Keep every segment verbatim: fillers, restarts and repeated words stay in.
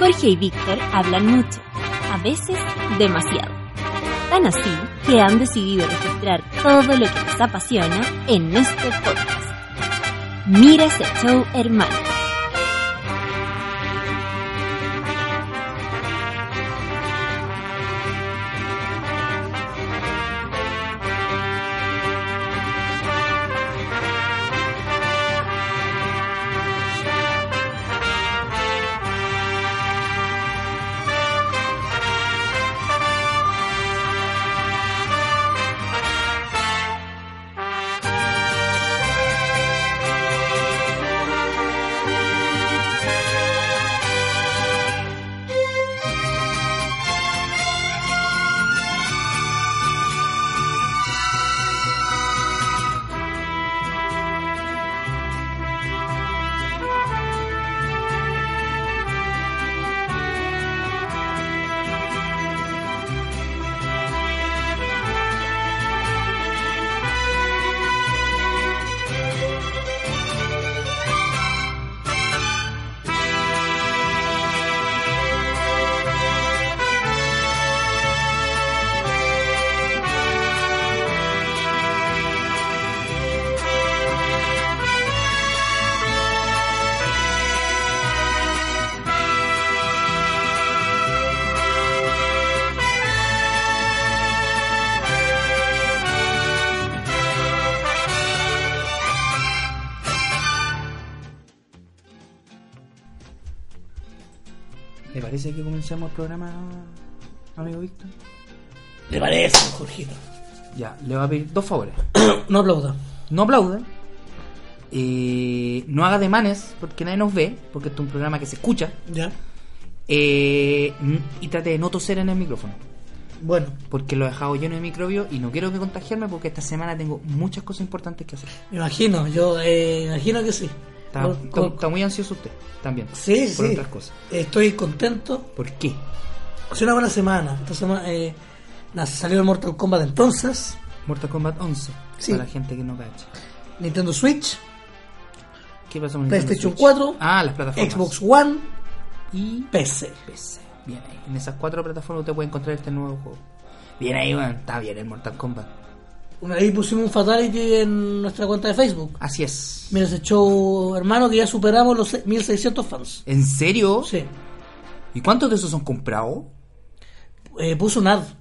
Jorge y Víctor hablan mucho, a veces demasiado. Tan así que han decidido registrar todo lo que les apasiona en este podcast. Mira ese show, hermano. ¿Le parece que comencemos el programa, amigo Víctor? ¿Le parece, Jorgito? Ya, le voy a pedir dos favores. No aplauda. No aplauda. Eh, no haga demanes, porque nadie nos ve, porque esto es un programa que se escucha. Ya. Eh, y trate de no toser en el micrófono. Bueno. Porque lo he dejado lleno de microbios y no quiero que contagiarme porque esta semana tengo muchas cosas importantes que hacer. Me imagino, yo eh, imagino que sí. Está, por, está, por... está muy ansioso usted, también. Sí, por sí. otras cosas. Estoy contento. ¿Por qué? Hace una buena semana. Esta semana eh, salió el Mortal Kombat entonces. Mortal Kombat once. Sí. Para la gente que no cacha. Nintendo Switch. ¿Qué pasa con PlayStation Switch? cuatro. Ah, las plataformas. Xbox One. Y P C. P C. Bien ahí. En esas cuatro plataformas usted puede encontrar este nuevo juego. Bien ahí, bueno. Está bien el Mortal Kombat. Una vez pusimos un Fatality en nuestra cuenta de Facebook. Así es. Mira ese show, hermano, que ya superamos los mil seiscientos fans. ¿En serio? Sí. ¿Y cuántos de esos son comprados? Eh, puso un ad.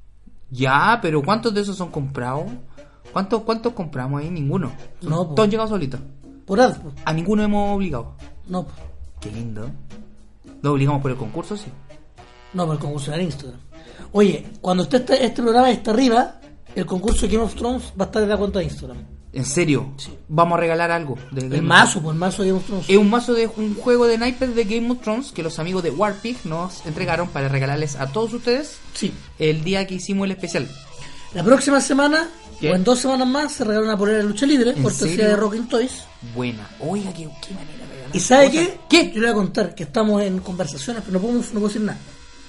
Ya, pero ¿cuántos de esos son comprados? ¿Cuántos, cuántos compramos ahí? Ninguno. No, po. Todos han llegado solitos. Por ad. Po. A ninguno hemos obligado. No, po. Qué lindo. ¿Lo obligamos por el concurso? Sí. No, por el concurso en Instagram. Oye, cuando usted este, este programa está arriba, el concurso de Game of Thrones va a estar en la cuenta de Instagram. ¿En serio? Sí. Vamos a regalar algo. De El mazo, pues el mazo de Game of Thrones. Es un mazo de un juego de naipes de Game of Thrones que los amigos de Warpig nos entregaron para regalarles a todos ustedes Sí. el día que hicimos el especial. La próxima semana, ¿Qué? o en dos semanas más, se regala una polera de lucha libre, ¿En cortesía serio? de Rockin' Toys. Buena. Oiga, qué, qué manera de regalar. ¿Y sabe cosas. qué? ¿Qué? Yo le voy a contar que estamos en conversaciones, pero no puedo, no puedo decir nada.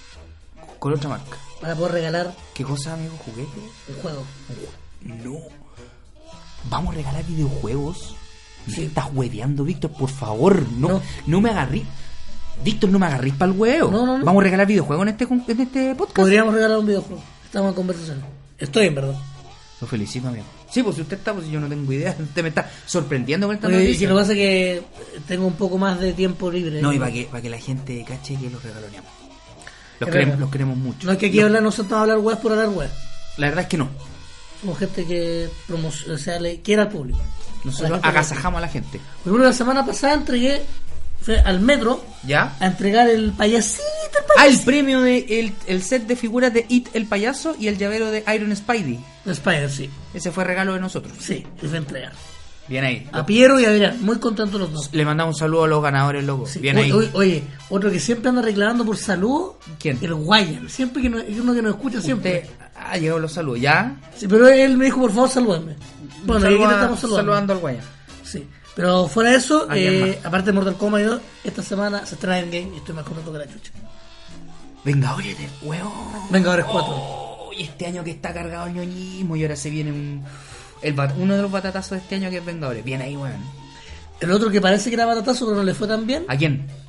Con otra marca. Para poder regalar ¿Qué cosa, amigo? ¿Juguete? un juego. No. ¿Vamos a regalar videojuegos? ¿Me Sí. estás hueveando, Víctor? Por favor, no, no. No. me agarrís. Víctor, no me agarrís para el huevo. No, no, no. ¿Vamos a regalar videojuegos en este, en este podcast? Podríamos regalar un videojuego. Estamos en conversaciones. Estoy en verdad. Lo felicito, amigo. Sí, pues si usted está, pues yo no tengo idea. Usted me está sorprendiendo con esta Oye, noticia. y lo que pasa es que tengo un poco más de tiempo libre. No, y para que, para que la gente cache que los regaloneamos. Los, Es queremos, verdad. los queremos mucho. No es que aquí Los- hablar, no se trata de hablar web por hablar web. La verdad es que no. Somos gente que promoc- o sea, le quiere al público. A la Nosotros gente agasajamos a la gente. que- Por ejemplo, la semana pasada entregué fue al metro ¿Ya? a entregar el payasito. El Ah, el payasito. premio de el, el set de figuras de It el payaso y el llavero de Iron Spidey. El Spider, sí. Ese fue regalo de nosotros. Sí, y fue a entregar. Bien ahí. A Piero y a Adrián, muy contentos los dos. Le mandamos un saludo a los ganadores, loco. Sí. Bien Oye, ahí. oye, oye, otro que siempre anda reclamando por salud. ¿Quién? El Guayan. Siempre que no, es uno que nos escucha siempre. Usted ha llegado los saludos, ¿ya? Sí, pero él me dijo, por favor, salúdame. Bueno, y aquí Saluda- te estamos saludando. saludando al Guaya. Sí. Pero fuera de eso, ¿A quién eh, más? aparte de Mortal Kombat, yo, esta semana se estrena Endgame y estoy más contento que la chucha. Vengadores del huevo. Vengadores cuatro. Oh, y este año que está cargado el ñoñismo y ahora se viene un, el, bat- uno de los batatazos de este año que es Vengadores. Bien ahí, weón. El otro que parece que era batatazo, pero no le fue tan bien. ¿A quién?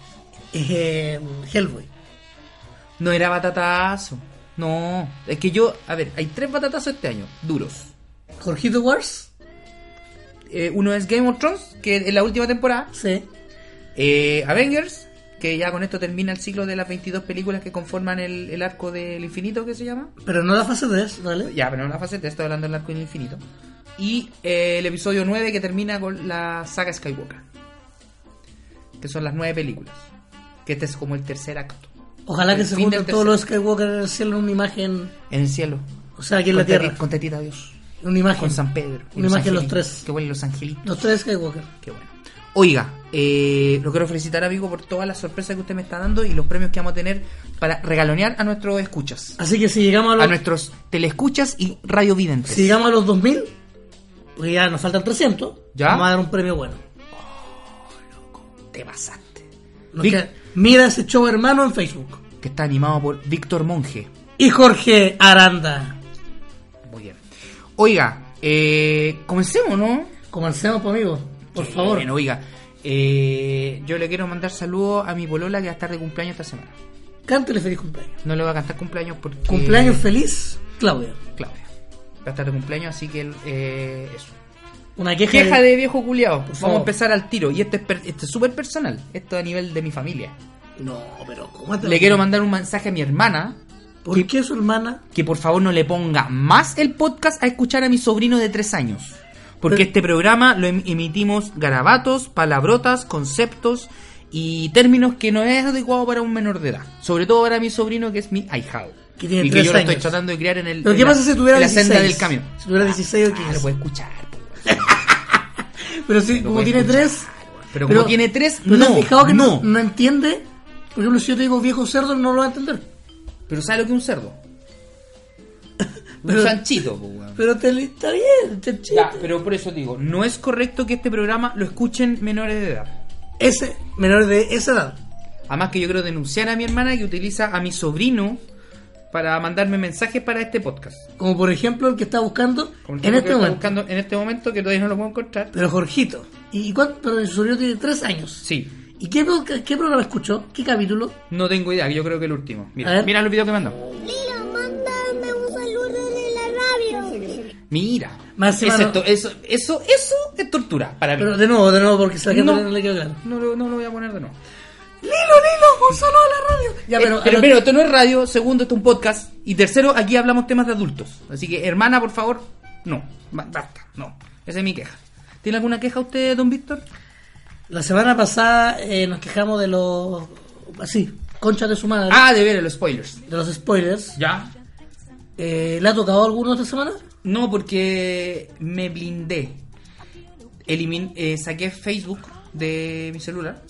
eh, Hellboy. No era batatazo. No. Es que yo, a ver, hay tres batatazos este año, duros. Jorgito Wars. Eh, uno es Game of Thrones, que es la última temporada. Sí. Eh, Avengers, que ya con esto termina el ciclo de las veintidós películas que conforman el, el arco del infinito, que se llama. Pero no la fase tres, ¿vale? Ya, pero no la fase tres, estoy hablando del arco del infinito. Y eh, el episodio nueve, que termina con la saga Skywalker, que son las nueve películas. Que este es como el tercer acto. Ojalá que El se fin junten del todos tercer- los Skywalker en el cielo en una imagen. En el cielo. O sea, aquí en la Con tierra. teti- Con tetita Dios. Una imagen. Con San Pedro. y Una imagen los angelitos. tres. Que huelen los angelitos. Los tres Skywalker. Qué bueno. Oiga, eh, lo quiero felicitar, amigo, por todas las sorpresas que usted me está dando y los premios que vamos a tener para regalonear a nuestros escuchas. Así que si llegamos a los, A nuestros teleescuchas y radiovidentes. si llegamos a los dos mil, porque ya nos faltan trescientos, ¿Ya? vamos a dar un premio bueno. Te pasaste. Nos Vic- queda- mira ese show hermano en Facebook. Que está animado por Víctor Monge. Y Jorge Aranda. Muy bien. Oiga, eh, comencemos, ¿no? Comencemos, pues, amigo. Por Sí, favor. Bueno, oiga, eh, yo le quiero mandar saludos a mi polola que va a estar de cumpleaños esta semana. Cántele feliz cumpleaños. No le voy a cantar cumpleaños porque... Cumpleaños feliz, Claudia. Claudia. Va a estar de cumpleaños, así que eh, eso. Una queja, Queja de viejo culiao. Vamos favor. a empezar al tiro. Y este es per- este es súper personal. Esto a nivel de mi familia. No, pero ¿cómo te Le quiero mandar un mensaje a mi hermana. ¿Por que, qué su hermana? que por favor no le ponga más el podcast a escuchar a mi sobrino de tres años. Porque Pero- este programa lo em- emitimos garabatos, palabrotas, conceptos y términos que no es adecuado para un menor de edad. Sobre todo para mi sobrino que es mi ahijado. Que tiene y que tres yo lo estoy años. tratando de criar en el Pero en ¿qué la- pasa si tuviera en la dieciséis? senda del camión. Si tuviera dieciséis o Ah, quince. lo puede escuchar. po. Pero si, Lo como puede tiene escuchar. tres. Pero como tiene tres, ¿pero no, te has fijado que no, no. no entiende? Por ejemplo, si yo te digo viejo cerdo, no lo va a entender. Pero ¿sabe lo que es un cerdo? Pero- un chanchito, po, weón. Pero te, está bien, te chiste. Ya, pero por eso digo, no es correcto que este programa lo escuchen menores de edad. Ese, menor de esa edad. Además que yo quiero denunciar a mi hermana que utiliza a mi sobrino para mandarme mensajes para este podcast. Como por ejemplo el que está buscando Como el en tipo este que está momento. buscando en este momento, que todavía no lo puedo encontrar. Pero Jorgito. ¿Y cuánto? Pero su sobrino tiene tres años. Sí, ¿Y qué, pro- qué programa escuchó? ¿Qué capítulo? no tengo idea, yo creo que el último. A Mira, ver. mira los videos que mandó. Lilo, mándame un saludo de la radio. Mira, Más eso, encima es to- eso, eso, eso es tortura para mí. Pero de nuevo, de nuevo, porque se la que No. no le quedó claro. No, lo- no lo voy a poner de nuevo. Lilo, Lilo, un saludo a la radio. Ya, Eh, pero, pero, a lo- primero, esto no es radio. Segundo, esto es un podcast. Y tercero, aquí hablamos temas de adultos. Así que, hermana, por favor, no. Ba- Basta, no. Esa es mi queja. ¿Tiene alguna queja usted, don Víctor? la semana pasada eh, nos quejamos de los. Así, conchas de su madre. Ah, de ver los spoilers. De los spoilers. ¿Ya? Eh, ¿Le ha tocado alguno esta semana? No, porque me blindé. Elimin eh, saqué Facebook de mi celular.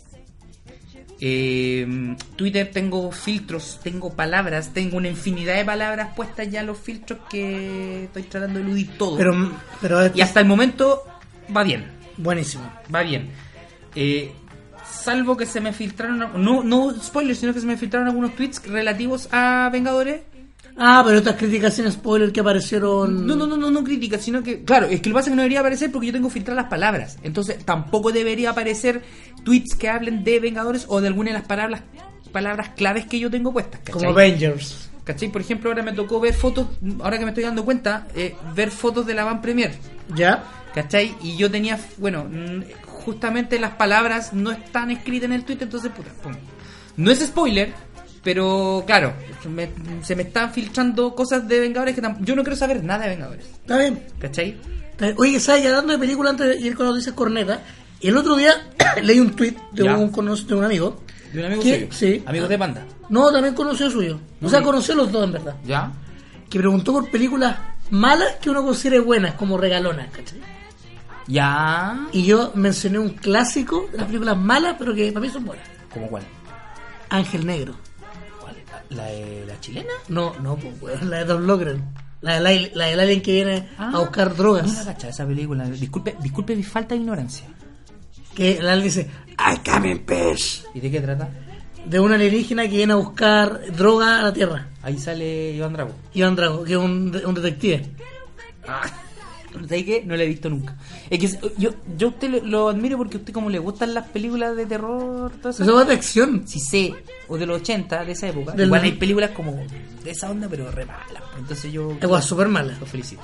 Eh, Twitter tengo filtros, tengo palabras, tengo una infinidad de palabras puestas ya en los filtros que estoy tratando de eludir todo. Pero, pero es Y hasta el momento va bien, buenísimo. va bien. Eh, salvo que se me filtraron, no, no spoilers, sino que se me filtraron algunos tweets relativos a Vengadores. Ah, pero estas críticas sin spoiler que aparecieron. No, no, no, no, no crítica, sino que, claro, es que lo que pasa es que no debería aparecer porque yo tengo filtradas las palabras. Entonces tampoco debería aparecer tweets que hablen de Vengadores o de alguna de las palabras palabras claves que yo tengo puestas, ¿cachai? Como Avengers. ¿Cachai? Por ejemplo, ahora me tocó ver fotos, ahora que me estoy dando cuenta, eh, ver fotos de la Van Premier, ¿Ya? ¿cachai? Y yo tenía, bueno, mm, justamente las palabras no están escritas en el tweet, entonces, puta, pum. No es spoiler, pero claro, me- se me están filtrando cosas de Vengadores que tam- yo no quiero saber nada de Vengadores, Está bien. ¿cachai? Está bien. Oye, ¿sabes? Ya hablando de película antes de ir con las noticias corneta, el otro día leí un tweet de Ya. un, cono- de un amigo. De un amigo ¿Qué? suyo. Sí. Amigos de Panda. No, también conoció suyo. No, O sea, sí. conoció los dos en verdad. ¿Ya? Que preguntó por películas malas que uno considere buenas, como regalonas, ¿cachai? ¿Ya? Y yo mencioné un clásico de las películas malas, pero que para mí son buenas. ¿Cómo cuál? Ángel Negro. ¿Cuál? ¿La, de la chilena? No, no, pues, weón, la de Don Logren. La, de la, la del alien que viene Ah, a buscar drogas. No la cacha esa película. Disculpe, disculpe mi falta de ignorancia. Que el alien dice, I come in peace. ¿Y de qué trata? De un alienígena que viene a buscar droga a la Tierra. Ahí sale Iván Drago. Iván Drago, que es un, de- un detective. ¿Sabes qué? No la he visto nunca. Es que yo, yo a usted lo, lo admiro porque a usted como le gustan las películas de terror, todo eso. Eso va de acción. Sí sé, o de los ochenta, de esa época. Del Igual no- hay películas como de esa onda, pero re malas. Entonces yo Igual, súper mala. lo felicito.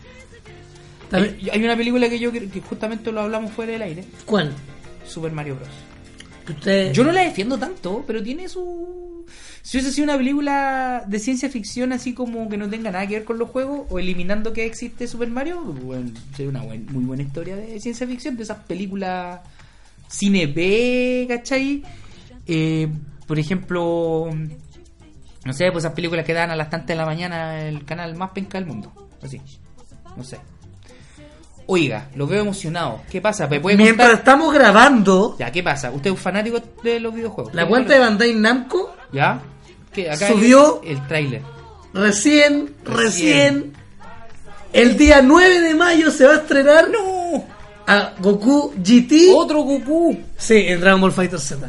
También- Hay, hay una película que yo creo que justamente lo hablamos fuera del aire, ¿Cuál? Super Mario Bros. Que usted... Yo no la defiendo tanto, pero tiene su... Si hubiese sido una película de ciencia ficción así como que no tenga nada que ver con los juegos, o eliminando que existe Super Mario, bueno, sería una buen- muy buena historia de ciencia ficción, de esas películas cine B, ¿cachai? Eh, por ejemplo, no sé, pues esas películas que dan a las tantas de la mañana en el canal más penca del mundo, así, no sé. Oiga, lo veo emocionado. ¿Qué pasa? ¿Me puede Mientras contar? estamos grabando, Ya, ¿qué pasa? ¿Usted es un fanático de los videojuegos? la cuenta de Bandai Namco ¿Ya? ¿Qué? Acá Subió- hay el tráiler. recién, Recién. recién, el día nueve de mayo se va a estrenar ¡No! a Goku G T. ¡Otro Goku! Sí, en Dragon Ball Fighter Z.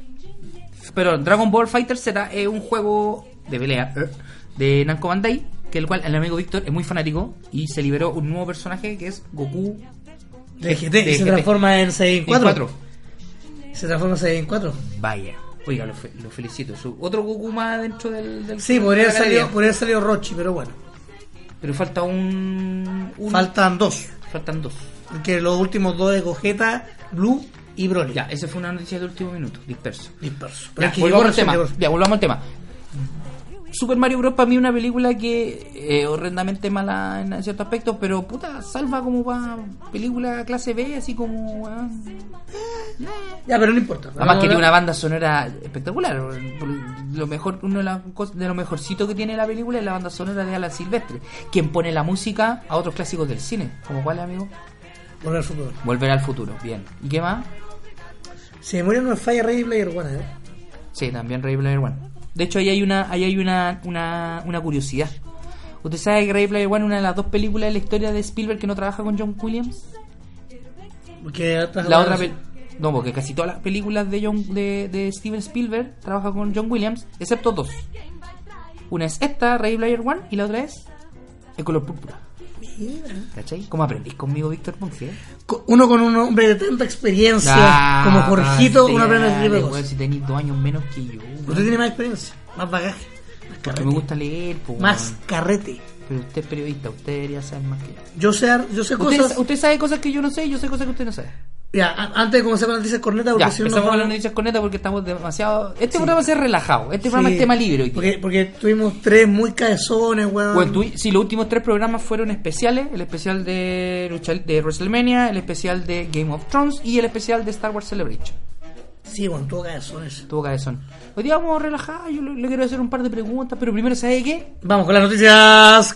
Pero Dragon Ball Fighter Z es un juego de pelea eh, de Namco Bandai, que el cual el amigo Víctor es muy fanático y se liberó un nuevo personaje que es Goku De G T. de y se G T. transforma en Saiyan en cuatro. cuatro. Se transforma en Saiyan cuatro. Vaya. Oiga, lo, fe- lo felicito. Su- otro Goku más dentro del... del Sí, de podría la haber galería. salido, podría haber salido Rochi, pero bueno. Pero falta un... un- Faltan dos. Faltan dos. Que los últimos dos de Gogeta, Blue y Broly. Ya, esa fue una noticia de último minuto, disperso. Disperso. Pero Ya, es que volvamos llegó al tema. recién, llegó- Ya, volvamos al tema. Super Mario Bros. Para mí es una película que es horrendamente mala en ciertos aspectos, pero puta, salva como para película clase B, así como... weón. Ya, pero no importa. Además Vamos que a tiene una hablar- banda sonora espectacular. Lo mejor, uno de, las cosas, de lo mejorcito que tiene la película es la banda sonora de Alan Silvestre, quien pone la música a otros clásicos del cine. ¿Como cuál, amigo? Volver al futuro. Volver al futuro, bien. ¿Y qué más? Si me muere no me falla Ready Player One, ¿eh? Sí, también Ready Player One. De hecho, ahí hay una, ahí hay una, una, una curiosidad. ¿Usted sabe que Ready Player One es una de las dos películas de la historia de Spielberg que no trabaja con John Williams? Porque atrás- La otra pel- no, porque casi todas las películas de John de, de Steven Spielberg trabaja con John Williams, excepto dos. Una es esta, Ready Player One, y la otra es El color púrpura. Mira. ¿Cachai? ¿Cómo aprendís conmigo, Víctor Ponce? eh? Co- Uno con un hombre de tanta experiencia Ah, como Jorgito, dale, uno aprende ese tipo de weón, cosas. si tenéis dos años menos que yo. weón. Usted tiene más experiencia, más bagaje, más Porque carrete. me gusta leer, po, Más weón. carrete. Pero usted es periodista, usted debería saber más que yo. Yo sé, yo sé Usted, cosas. usted sabe cosas que yo no sé y yo sé cosas que usted no sabe. Ya, a- antes de comenzar con las noticias cornetas, porque Ya, si no nos empezamos con las vamos- noticias con neta porque estamos demasiado... Este Sí. programa va a ser relajado, este programa Sí, es tema libre hoy día. Porque, porque tuvimos tres muy cabezones, weón. Bueno, tú- sí, los últimos tres programas fueron especiales. El especial de, lucha, de WrestleMania, el especial de Game of Thrones y el especial de Star Wars Celebration. Sí, bueno, tuvo cabezones. Tuvo cabezón. Hoy día vamos a relajar, yo le, le quiero hacer un par de preguntas, pero primero, ¿sabe qué? Vamos con las noticias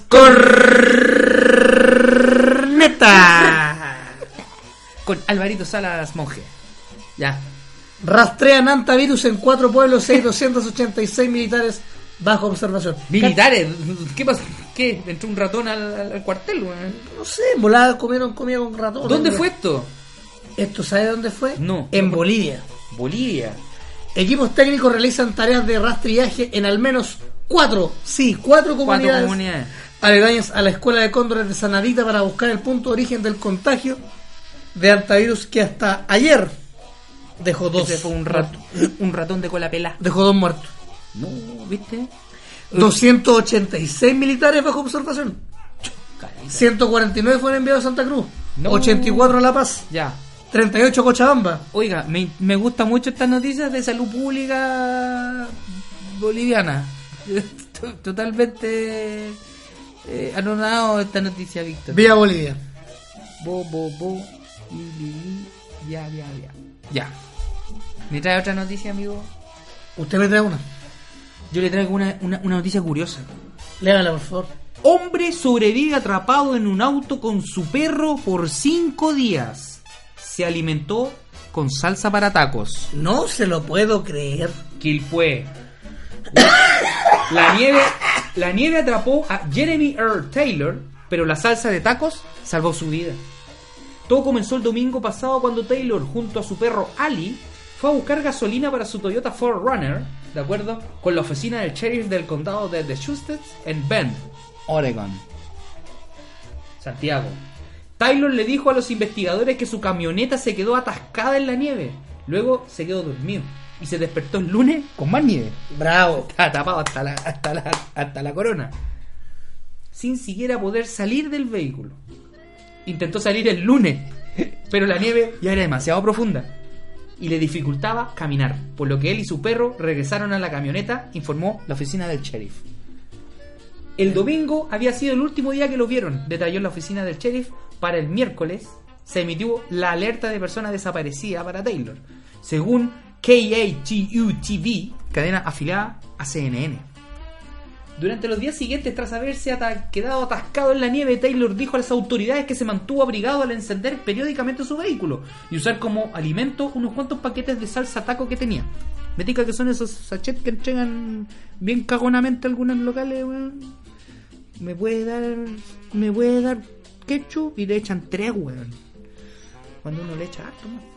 cornetas. Con Alvarito Salas Monje. Ya. Rastrean antivirus en cuatro pueblos, seis doscientos ochenta y seis militares bajo observación. Militares, ¿qué pasa? ¿Qué? ¿Entró un ratón al, al- al cuartel, weón? No sé, en volada comieron comida con ratón. ¿Dónde fue esto? ¿Esto sabe dónde fue? No. En Bolivia. Bolivia. Equipos técnicos realizan tareas de rastrillaje en al menos cuatro, sí, cuatro Cuatro comunidades, comunidades. aledañas a la escuela de cóndores de Sanadita para buscar el punto de origen del contagio de antivirus que hasta ayer dejó dos, Ese fue un, rat- un ratón de cola pela. dejó dos muertos. No, ¿viste? doscientos ochenta y seis militares bajo observación. Carita. ciento cuarenta y nueve fueron enviados a Santa Cruz, No. ochenta y cuatro a La Paz, Ya. treinta y ocho a Cochabamba. Oiga, me, me gustan mucho estas noticias de salud pública boliviana. Totalmente eh, anonadado esta noticia, Víctor. Vía Bolivia. Bo, bo, bo, li, li, li, ya, ya, ya. Ya. ¿Me trae otra noticia, amigo? Usted me trae una. Yo le traigo una, una, una noticia curiosa. Léala, por favor. Hombre sobrevive atrapado en un auto con su perro por cinco días. Se alimentó con salsa para tacos. No se lo puedo creer. Quilpué. La nieve, la nieve atrapó a Jeremy Earl Taylor, pero la salsa de tacos salvó su vida. Todo comenzó el domingo pasado cuando Taylor, junto a su perro Ali, fue a buscar gasolina para su Toyota cuatro Runner, ¿de acuerdo? Con la oficina del sheriff del condado de Deschutes en Bend, Oregon. Santiago. Taylor le dijo a los investigadores que su camioneta se quedó atascada en la nieve. Luego se quedó dormido y se despertó el lunes con más nieve. Bravo. Estaba tapado hasta la, hasta la, hasta la corona, sin siquiera poder salir del vehículo. Intentó salir el lunes, pero la nieve ya era demasiado profunda y le dificultaba caminar, por lo que él y su perro regresaron a la camioneta, informó la oficina del sheriff. El domingo había sido el último día que lo vieron, detalló la oficina del sheriff. Para el miércoles se emitió la alerta de persona desaparecida para Taylor, según K A T U T V, cadena afiliada a C N N. Durante los días siguientes, tras haberse ata- quedado atascado en la nieve, Taylor dijo a las autoridades que se mantuvo abrigado al encender periódicamente su vehículo y usar como alimento unos cuantos paquetes de salsa taco que tenía. Me tica que son esos sachets que entregan bien cagonamente algunos locales, weón. Me puede dar, me puede dar ketchup y le echan tres, weón. Cuando uno le echa harto, weón.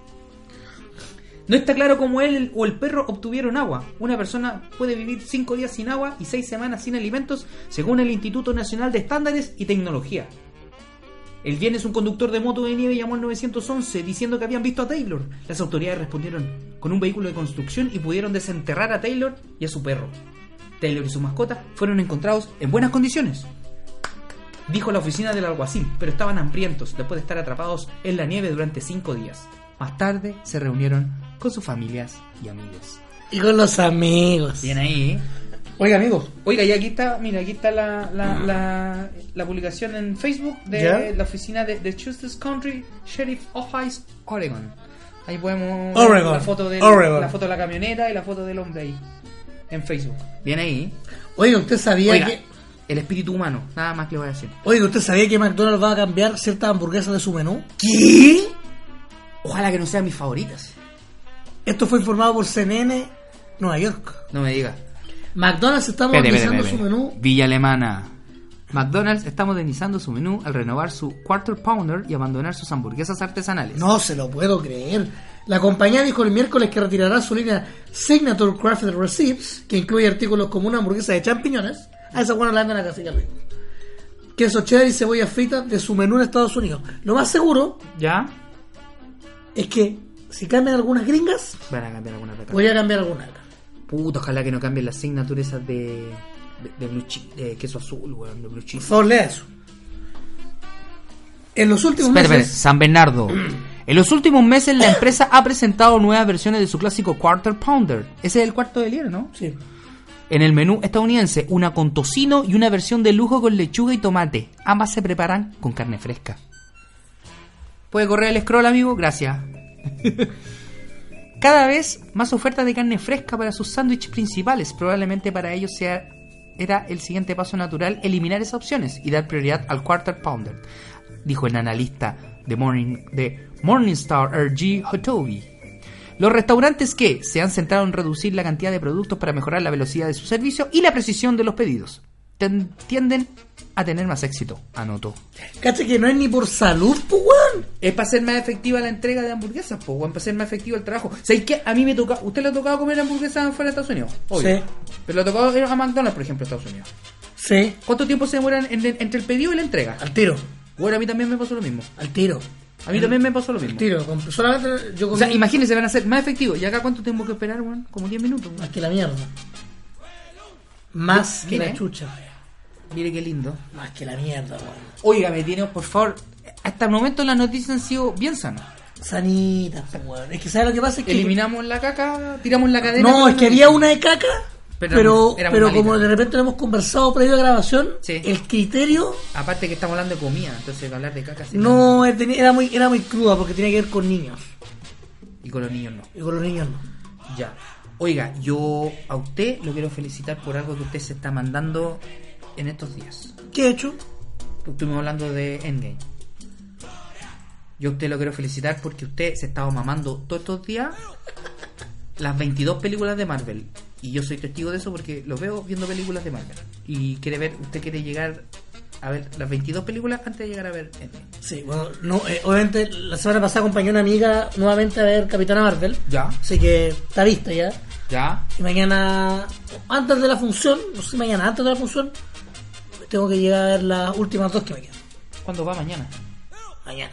No está claro cómo él o el perro obtuvieron agua. Una persona puede vivir cinco días sin agua y seis semanas sin alimentos, según el Instituto Nacional de Estándares y Tecnología. El viernes un conductor de moto de nieve llamó al nueve once diciendo que habían visto a Taylor. Las autoridades respondieron con un vehículo de construcción y pudieron desenterrar a Taylor y a su perro. Taylor y su mascota fueron encontrados en buenas condiciones, dijo la oficina del alguacil, pero estaban hambrientos después de estar atrapados en la nieve durante cinco días. Más tarde se reunieron con sus familias y amigos. Y con los amigos. Bien ahí, ¿eh? Oiga, amigos. Oiga, y aquí está, mira, aquí está la, la, la, la publicación en Facebook de ¿Ya? la oficina de, de Justice County Sheriff Office, Oregon. Ahí podemos Oregon. ver la foto, de Oregon. la foto de la camioneta y la foto del hombre ahí en Facebook. Bien ahí. Oiga, ¿usted sabía Oiga, que... el espíritu humano, nada más que le voy a decir. Oiga, ¿usted sabía que McDonald's va a cambiar ciertas hamburguesas de su menú? ¿Qué? Ojalá que no sean mis favoritas. Esto fue informado por C N N Nueva York. No me diga. McDonald's está modernizando su menú. Villa Alemana. McDonald's está modernizando su menú al renovar su Quarter Pounder y abandonar sus hamburguesas artesanales. No se lo puedo creer. La compañía dijo el miércoles que retirará su línea Signature Crafted Recipes, que incluye artículos como una hamburguesa de champiñones. A esa buena la andan a casi que rico. Queso cheddar y cebolla frita de su menú en Estados Unidos. Lo más seguro ¿Ya? es que si cambian algunas gringas, Van a cambiar alguna receta. voy a cambiar algunas acá. Puta, ojalá que no cambien las signaturas esas de, de, de blue cheese, de queso azul, weón, de blue cheese. Por favor, lea eso. En los últimos Espera, espera, meses... San Bernardo. En los últimos meses la empresa ha presentado nuevas versiones de su clásico Quarter Pounder. Ese es el cuarto de libra, ¿no? Sí. En el menú estadounidense, una con tocino y una versión de lujo con lechuga y tomate. Ambas se preparan con carne fresca. ¿Puede correr el scroll, amigo? Gracias. Cada vez más ofertas de carne fresca para sus sándwiches principales. Probablemente para ellos sea, era el siguiente paso natural eliminar esas opciones y dar prioridad al Quarter Pounder, dijo el analista de, Morning, de Morningstar R G Hotovi. Los restaurantes que se han centrado en reducir la cantidad de productos para mejorar la velocidad de su servicio y la precisión de los pedidos ten- tienden a tener más éxito, anotó. Cacha que no es ni por salud, pues, weón. Es para hacer más efectiva la entrega de hamburguesas, pues, para hacer más efectivo el trabajo. ¿Sabéis qué? A mí me toca. ¿Usted le ha tocado comer hamburguesas fuera de Estados Unidos? Obvio. Sí. Pero le ha tocado ir a McDonald's, por ejemplo, Estados Unidos. Sí. ¿Cuánto tiempo se demoran en- en- entre el pedido y la entrega? Al tiro. Bueno, a mí también me pasó lo mismo. Al tiro. A mí también me pasó lo mismo. Al tiro. Com- Solamente yo O comí sea, imagínense, van a ser más efectivos. ¿Y acá cuánto tengo que esperar, weón? Como diez minutos, más weón. que la mierda. Más que Mire. la chucha. Mire qué lindo. Más que la mierda, weón. Oiga, me tiene, por favor. Hasta el momento las noticias han sido bien sanas. Sanita, pues, weón. Es que ¿sabes lo que pasa? Es que... Eliminamos la caca, tiramos la cadena. No, con es la que noticia. había una de caca, Pero pero, era pero, muy como malita. de repente lo hemos conversado previo a grabación, Sí. el criterio Aparte que estamos hablando de comida, entonces hablar de caca sí no eh, tenía- era muy era muy cruda porque tenía que ver con niños. Y con los niños no. Y con los niños no. Ya. Oiga, yo a usted lo quiero felicitar por algo que usted se está mandando en estos días. ¿Qué he hecho? Estuvimos hablando de Endgame. Yo a usted lo quiero felicitar porque usted se estaba mamando todos estos días las veintidós películas de Marvel. Y yo soy testigo de eso porque lo veo viendo películas de Marvel. Y quiere ver, usted quiere llegar a ver las veintidós películas antes de llegar a ver Endgame. Sí, bueno, no, eh, obviamente la semana pasada acompañé a una amiga nuevamente a ver Capitana Marvel. Ya, Así que está vista ya. ya. Y mañana, antes de la función, no sé si mañana, antes de la función, tengo que llegar a ver las últimas dos que me quedan. ¿Cuándo va mañana? Mañana.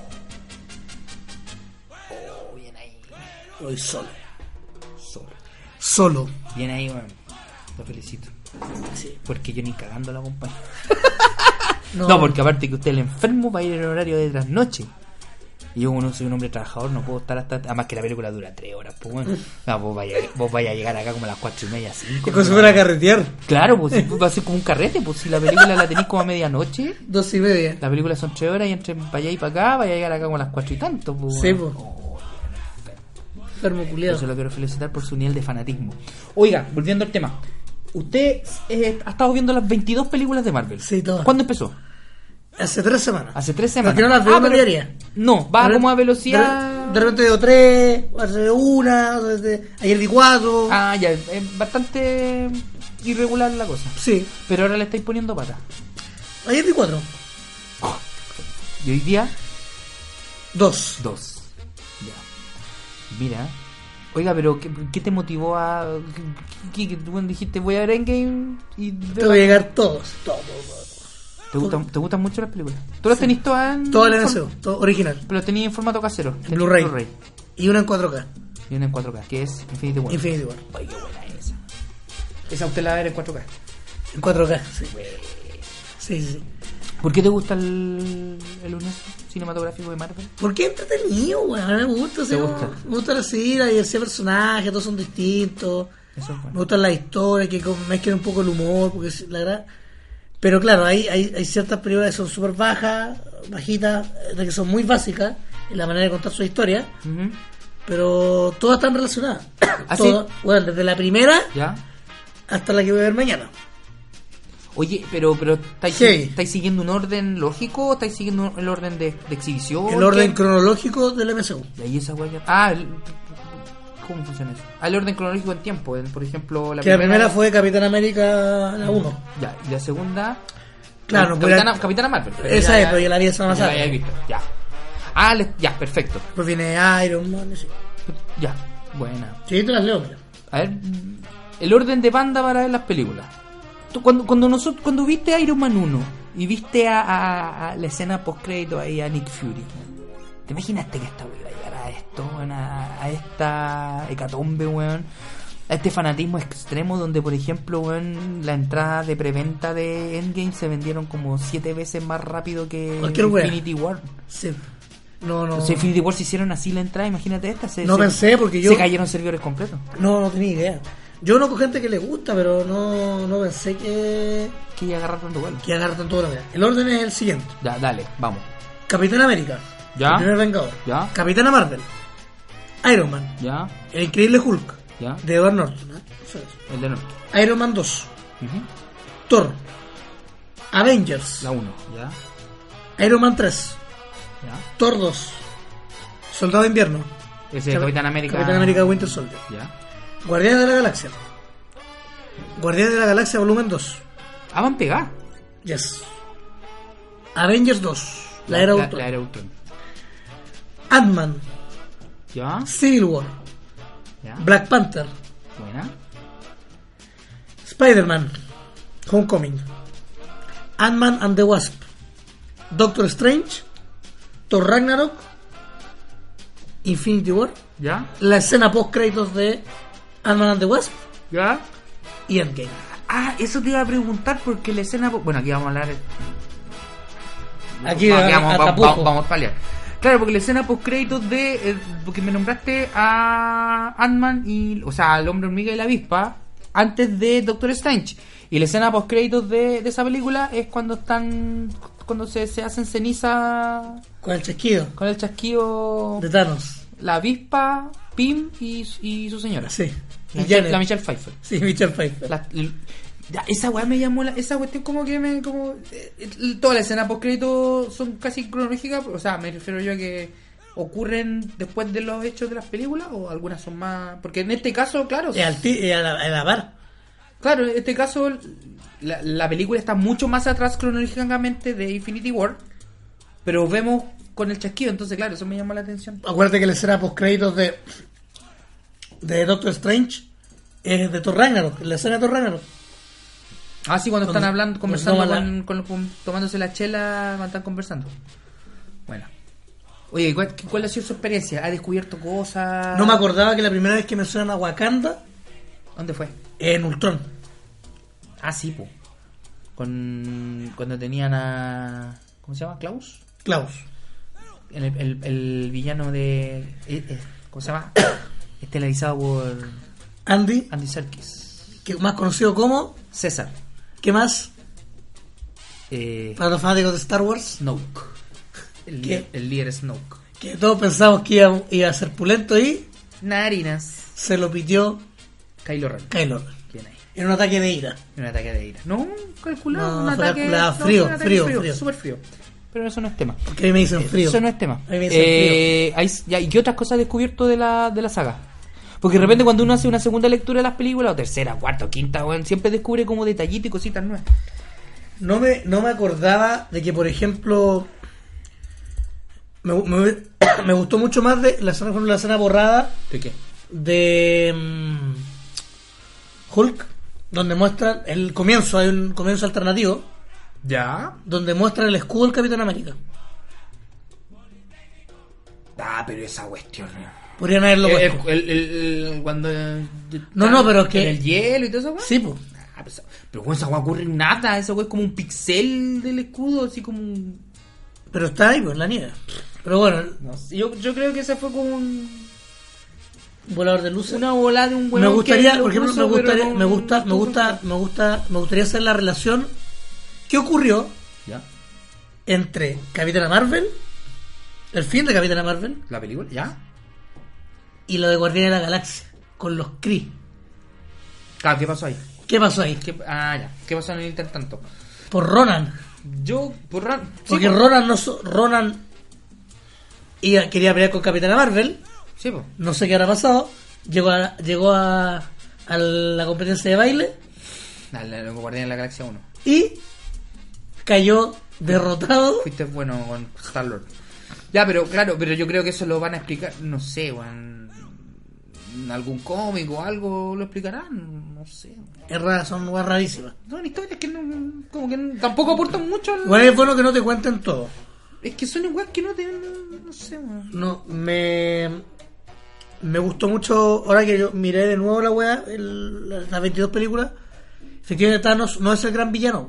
Oh, bien ahí. Voy solo. Solo. Solo. Bien ahí, weón. Lo felicito. Sí. Porque yo ni cagando la acompaño. No, No, porque aparte que usted es el enfermo va a ir en horario de trasnoche. Y yo, como no soy un hombre trabajador, no puedo estar hasta. Además que la película dura tres horas, pues bueno. No, vos vaya, vos vaya a llegar acá como a las cuatro y media, cinco. Es como si fuera a carretear. Claro, pues si va a ser como un carrete, pues si la película la tenéis como a medianoche. Dos y media. La película son tres horas y entre para allá y para acá, vaya a llegar acá como a las cuatro y tanto, pues. Sí, bueno. pues. Oh, Enfermo culiado. yo lo quiero felicitar por su nivel de fanatismo. Oiga, volviendo al tema. Usted eh, ha estado viendo las veintidós películas de Marvel. Sí, todas. ¿Cuándo empezó? Hace tres semanas. Hace tres semanas. Porque no las veo Ah, pero- diaria. No, va De- como a De, velocidad. de repente veo tres, hace una, desde, ayer vi cuatro. Ah, ya, es bastante irregular la cosa. Sí, Pero ahora le estáis poniendo pata. ayer vi cuatro. Y hoy día, Dos. dos. Ya. Mira. Oiga, pero ¿qué, qué te motivó a. ¿Qué, qué, tú cuando dijiste voy a ver Endgame y. Te voy a llegar todos. Todos. todos. ¿Te gustan, ¿Te gustan mucho las películas? ¿Tú las tenés todas en. Todo el form- M C U, todo original. Pero las tenías en formato casero. En Tenías Blu-ray. Blu-ray. Y una en cuatro K. Y una en cuatro K, que es Infinity War. Infinity War. Ay, qué buena esa. Esa usted la va a ver en cuatro K. En cuatro K, sí. Sí, sí, sí. ¿Por qué te gusta el, el universo cinematográfico de Marvel? Porque es entretenido, weón. A mí me gusta. así ¿Te como- gusta? Me gusta así, la diversidad de personajes, todos son distintos. Eso es Me bueno. gustan las historias, que como mezclen un poco el humor, porque es- la verdad. Pero claro, hay, hay, hay ciertas películas que son súper bajas, bajitas, de que son muy básicas en la manera de contar su historia, Ujú. pero todas están relacionadas. ¿Ah, sí? Todas, bueno, desde la primera ¿Ya? hasta la que voy a ver mañana. Oye, pero, pero ¿estáis, Sí. ¿estáis siguiendo un orden lógico o estáis siguiendo el orden de, de exhibición? El orden ¿Qué? cronológico del M C U. Y ahí esa hueá que- Ah, el- ¿cómo funciona eso? Ah, el orden cronológico en tiempo. el- Por ejemplo, la Que la primera fue Capitán América la uno. Ya, y la segunda. Claro, no Capitana, puede- Capitana Marvel. pero Esa ya- es, pero yo la vi la semana ya la pasada. había visto, ya. Ah, le- ya, perfecto. Pues viene Iron Man, sí. Ya, buena. Sí, te las leo, mira. A ver, el orden de banda para ver las películas. Tú, cuando, cuando, nosotros, cuando viste Iron Man uno y viste a, a- a la escena post-crédito ahí a Nick Fury, ¿te imaginaste que esta weón iba a llegar a esto, weón, a, a esta hecatombe, weón? A este fanatismo extremo donde, por ejemplo, weón, la entrada de preventa de Endgame se vendieron como siete veces más rápido que Cualquier weá. Infinity War. Sí. No, no. O sea, Infinity War se hicieron así la entrada, imagínate esta. Se, No se- pensé porque yo. Se cayeron servidores completos. No, no tenía idea. Yo conozco gente que le gusta, pero no, no pensé que, Que iba a agarrar tanto vuelo. que agarra tanto la vida. El orden es el siguiente: Ya, dale, vamos. Capitán América, Ya. el primer Vengador. Ya. Capitana Marvel, Iron Man, Ya, El Increíble Hulk, ya. de Edward Norton. ¿eh? Eso El de norte. es. Iron Man dos, Ujú. Thor, Avengers, La uno. Ya, Iron Man tres, ya. Thor dos, Soldado de Invierno, Ese es Cap- Capitán América. Capitán América Winter Soldier, Ya. Guardianes de la Galaxia, Guardianes de la Galaxia Volumen dos, Ah, van pegar. yes, Avengers dos, La Era La, Ultron, la era Ultron. Ant-Man, Ya. Civil War, Ya. Black Panther, Buena. Spider-Man, Homecoming, Ant-Man and the Wasp, Doctor Strange, Thor Ragnarok, Infinity War, Ya. la escena post créditos de Ant-Man and the Wasp Ya. y Endgame. Ah, eso te iba a preguntar porque la escena. Bueno, aquí vamos a hablar. Aquí vamos, a- vamos, a vamos, tapujo. vamos, vamos a paliar. Claro, porque la escena post créditos de. eh, porque me nombraste a Ant-Man y. O sea, al hombre hormiga y la avispa. Antes de Doctor Strange. Y la escena post créditos de, de esa película es cuando están. Cuando se, se hacen ceniza. Con el chasquido Con el chasquido. de Thanos. La avispa, Pym y, y su señora. Sí. La, Y Michelle, Janet. la Michelle Pfeiffer. Sí, Michelle Pfeiffer. La- l- ya, esa weá me llamó la, esa cuestión como que me como eh, eh, toda la escena post crédito son casi cronológicas, o sea, me refiero yo a que ocurren después de los hechos de las películas o algunas son más, porque en este caso, claro, Y al ti- y a la, a la par. claro, en este caso la, la película está mucho más atrás cronológicamente de Infinity War, pero vemos con el chasquido, entonces claro, eso me llamó la atención. Acuérdate que la escena post créditos de de Doctor Strange es de Thor Ragnarok, la escena de Thor Ragnarok. Ah, sí, cuando están Cuando- hablando, cuando conversando toman con, con- con- tomándose la chela cuando están conversando. Bueno. Oye, ¿cuál, ¿cuál ha sido su experiencia? ¿Ha descubierto cosas? No me acordaba que la primera vez que mencionan a Wakanda ¿Dónde fue? en Ultron. Ah, sí, po. Con... Cuando tenían a... ¿Cómo se llama? ¿Klaus? Klaus. El, el, el villano de... eh, eh, ¿Cómo se llama? Estelarizado por Andy, Andy Serkis. que más conocido como... César. ¿Qué más? Eh, Para los fanáticos de Star Wars. Snoke. El, ¿Qué? el líder Snoke. Que todos pensamos que iba, iba a ser pulento y Narinas. se lo pitió Kylo Ren. Kylo Ren. Bien ahí. En un ataque de ira. Un ataque de ira. No, calculado. No, un fue ataque, calculado. no, Frío, fue un ataque frío, frío. Súper frío. Pero eso no es tema. Porque a mí me dicen frío. Eso no es tema. A mí me dicen Eh, hay- ya, ¿y qué otras cosas has descubierto de la, de la saga? Porque de repente cuando uno hace una segunda lectura de las películas, o tercera, cuarta o quinta, bueno, siempre descubre como detallitos y cositas nuevas. No me, no me acordaba de que, por ejemplo, me, me, me gustó mucho más de la escena, por ejemplo, la escena borrada ¿De qué? de mm, Hulk, donde muestran el comienzo, hay un comienzo alternativo, ¿Ya? donde muestran el escudo del Capitán América. Ah, pero esa cuestión. Podrían haberlo El, puesto. el- el- el- cuando... No, no, pero es que- en el hielo y todo eso, güey. Sí, pues. Ah, pero, esa- pero con esa weá ocurre nada. Esa weá es como un pixel del escudo, así como un... Pero está ahí, pues, en la nieve. Pero bueno, No sé, yo, yo creo que ese fue como un... un volador de luces. Una bola de un huevo. Me gustaría, que lo por ejemplo, puso, me gustaría, pero no- me gusta, no me tuvo gusta, efecto. me gusta, me gustaría hacer la relación que ocurrió ¿Ya? entre Capitana Marvel, el fin de Capitana Marvel, ¿La película? ¿Ya? y lo de Guardianes de la Galaxia, con los Kree. Claro, ¿qué pasó ahí? ¿Qué pasó ahí? ¿Qué- ah, ya. ¿Qué pasó en el intertanto? Por Ronan. Yo, por Ran... sí, Porque po. Ronan no so- Ronan iba- quería pelear con Capitana Marvel, Sí, pues. no sé qué habrá pasado, llegó a, llegó a, a la competencia de baile Dale, los Guardianes de la Galaxia uno. y cayó derrotado. Fuiste bueno con Star-Lord. Ya, pero claro, pero yo creo que eso lo van a explicar, no sé, en algún cómico o algo lo explicarán, no sé. Es rara, son weas rarísimas. Son historias que no, como que no- tampoco aportan mucho. al- Igual es bueno que no te cuenten todo. Es que son igual que no te... no sé, weón. No, me me gustó mucho, ahora que yo miré de nuevo la wea, el- la- las veintidós películas, efectivamente Thanos no es el gran villano.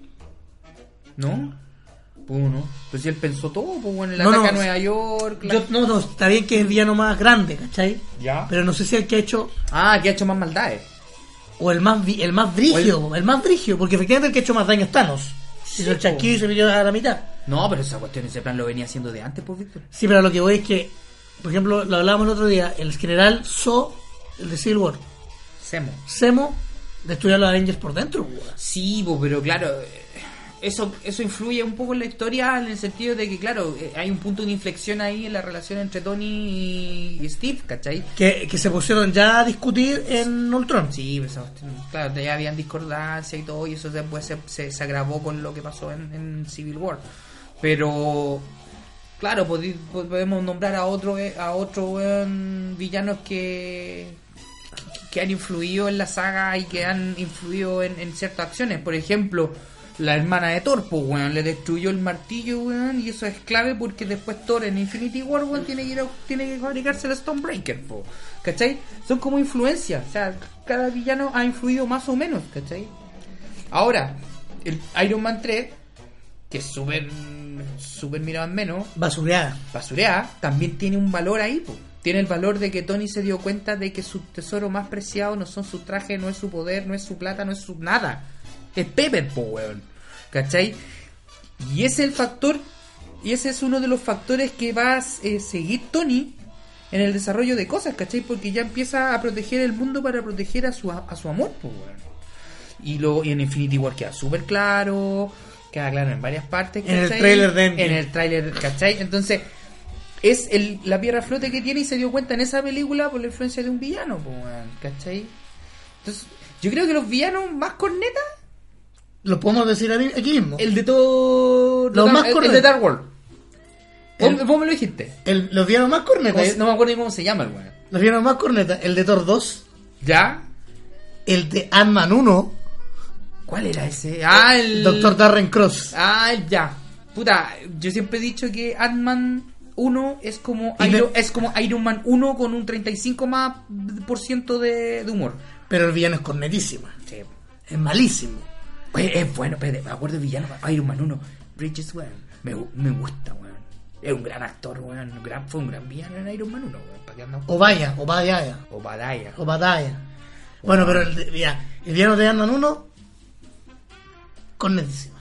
¿No? Pues no. Pues si él pensó todo, pues bueno, el No, ataque no, a Nueva York. la- Yo, no, no, está bien que es el villano más grande, ¿cachai? Ya. Pero no sé si el que ha hecho, Ah, que ha hecho más maldades. o el más vi- el más brigio, el... más brigio, porque efectivamente el que ha hecho más daño es Thanos. Sí, Hizo el po. chasquido y se pilló a la mitad. No, pero esa cuestión, ese plan lo venía haciendo de antes, pues, Víctor. Sí, pero lo que voy es que, por ejemplo, lo hablábamos el otro día, el general So, el de Civil War, Semo. Zemo, destruyó a los Avengers por dentro, weón. Sí, pues, pero claro, eh, eso eso influye un poco en la historia en el sentido de que, claro, eh, hay un punto de inflexión ahí en la relación entre Tony y, y Steve, ¿cachai? Que, que se pusieron ya a discutir en Ultron. Sí, pues, esa cuestión, claro, ya habían discordancia y todo, y eso después se, se, se agravó con lo que pasó en, en Civil War. Pero, claro, podi- podemos nombrar a otro eh, a otros weón, villanos que, que han influido en la saga y que han influido en, en ciertas acciones. Por ejemplo, la hermana de Thor, pues, weón, le destruyó el martillo, weón, y eso es clave porque después Thor en Infinity War, weón, tiene que ir a- tiene que fabricarse el Stonebreaker, po, ¿cachai? Son como influencias, o sea, cada villano ha influido más o menos, ¿cachai? Ahora, el Iron Man tres, que es súper súper mirado en menos, Basureada. basurea, también tiene un valor ahí, po. Tiene el valor de que Tony se dio cuenta de que su tesoro más preciado no son sus trajes, no es su poder, no es su plata, no es su nada. Es Pepper, po, weón. ¿Cachai? Y ese es el factor, y ese es uno de los factores que va a eh, seguir Tony en el desarrollo de cosas, ¿cachai? Porque ya empieza a proteger el mundo para proteger a su, a su amor, po, weón. Y, lo, y en Infinity War queda súper claro, queda claro en varias partes, En el ¿cachai? tráiler de Endgame. En el tráiler, ¿cachai? Entonces, es el, la piedra flote que tiene y se dio cuenta en esa película por la influencia de un villano, po, weón, ¿cachai? Entonces, yo creo que los villanos más cornetas, Lo podemos decir aquí aquí mismo. el de todo... Los el, más el cornetas. de Dark World. El- Vos, vos me lo dijiste. El- los villanos más cornetas. ¿Cómo- no me acuerdo ni cómo se llama el weón. Los villanos más cornetas. El de Thor dos. ¿Ya? El de Ant-Man uno. ¿Cuál era ese? Ah, el... Doctor Darren Cross. Ah, el ya. Puta, yo siempre he dicho que Ant-Man uno es como Y Iron, me- es como Iron Man uno con un treinta y cinco más por ciento de, de humor. Pero el villano es cornetísima. Sí. Es malísimo. Oye, es bueno, espérate, me acuerdo del villano Iron Man uno, Bridges, weón. Me, me gusta, weón. Es un gran actor, weón. Un gran, fue un gran villano en Iron Man uno, weón. ¿Para qué andamos? O vaya, o vaya, O Badaya. o batalla. Bueno, pero el, de- mira, el villano de Ant-Man uno, cornetísima.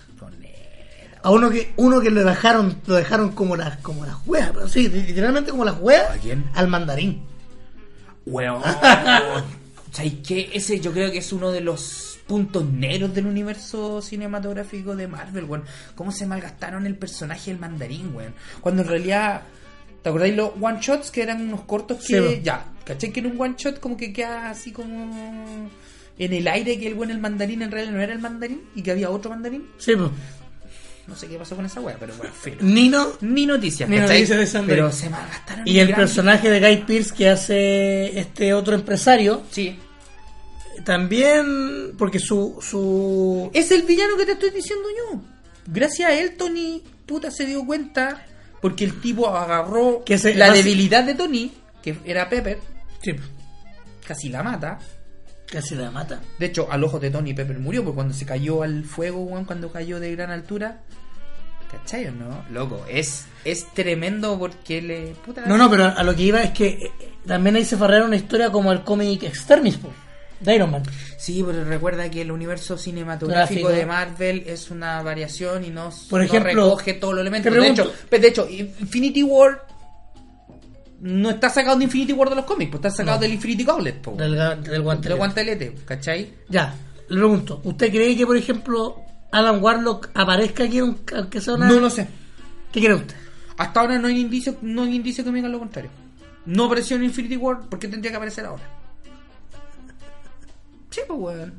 A uno que uno que lo dejaron lo dejaron como las como las weas, pero sí, literalmente como las weas. ¿A quién? Al mandarín. Weón. ¿Sabes qué? Ese yo creo que es uno de los puntos negros del universo cinematográfico de Marvel, weón. ¿Cómo se malgastaron el personaje del mandarín, weón? Cuando en realidad, ¿te acordáis los one shots que eran unos cortos que Sí, weón. ya, ¿cachai? Que en un one shot como que queda así como en el aire que el buen el mandarín en realidad no era el mandarín y que había otro mandarín? Sí, pues. No sé qué pasó con esa wea, pero bueno, filo. Nino Ni noticias, Ni ¿cachai? noticias de ese mandarín. Pero se malgastaron. y el gran- personaje de Guy Pearce que hace este otro empresario Sí. también porque su su Es el villano que te estoy diciendo yo. Gracias a él, Tony, puta, se dio cuenta. Porque el tipo agarró Que se- la basi- debilidad de Tony, que era Pepper, sí, casi la mata. casi la mata. De hecho, al ojo de Tony, Pepper murió. Porque cuando se cayó al fuego, weón, cuando cayó de gran altura. ¿Cachai o no? Loco, es, es tremendo porque le. Puta, No, no, pero a lo que iba es que eh, también ahí se farrearon una historia como el cómic Extremis po, de Iron Man. Sí, pero recuerda que el universo cinematográfico Gráfico. de Marvel es una variación y no, Por no ejemplo, recoge todos los elementos. te De pregunto- hecho, pues, de hecho, Infinity War no está sacado de Infinity War de los cómics, pues está sacado No. del Infinity Gauntlet, po, Del, ga- del guante. del guantelete, ¿cachai? Ya, le pregunto, ¿usted cree que por ejemplo Alan Warlock aparezca aquí un- aunque sea una... No lo sé. ¿Qué cree usted? Hasta ahora no hay indicio, no hay indicio que me digan lo contrario. No apareció en Infinity War, ¿por qué tendría que aparecer ahora? Sí, pues weón.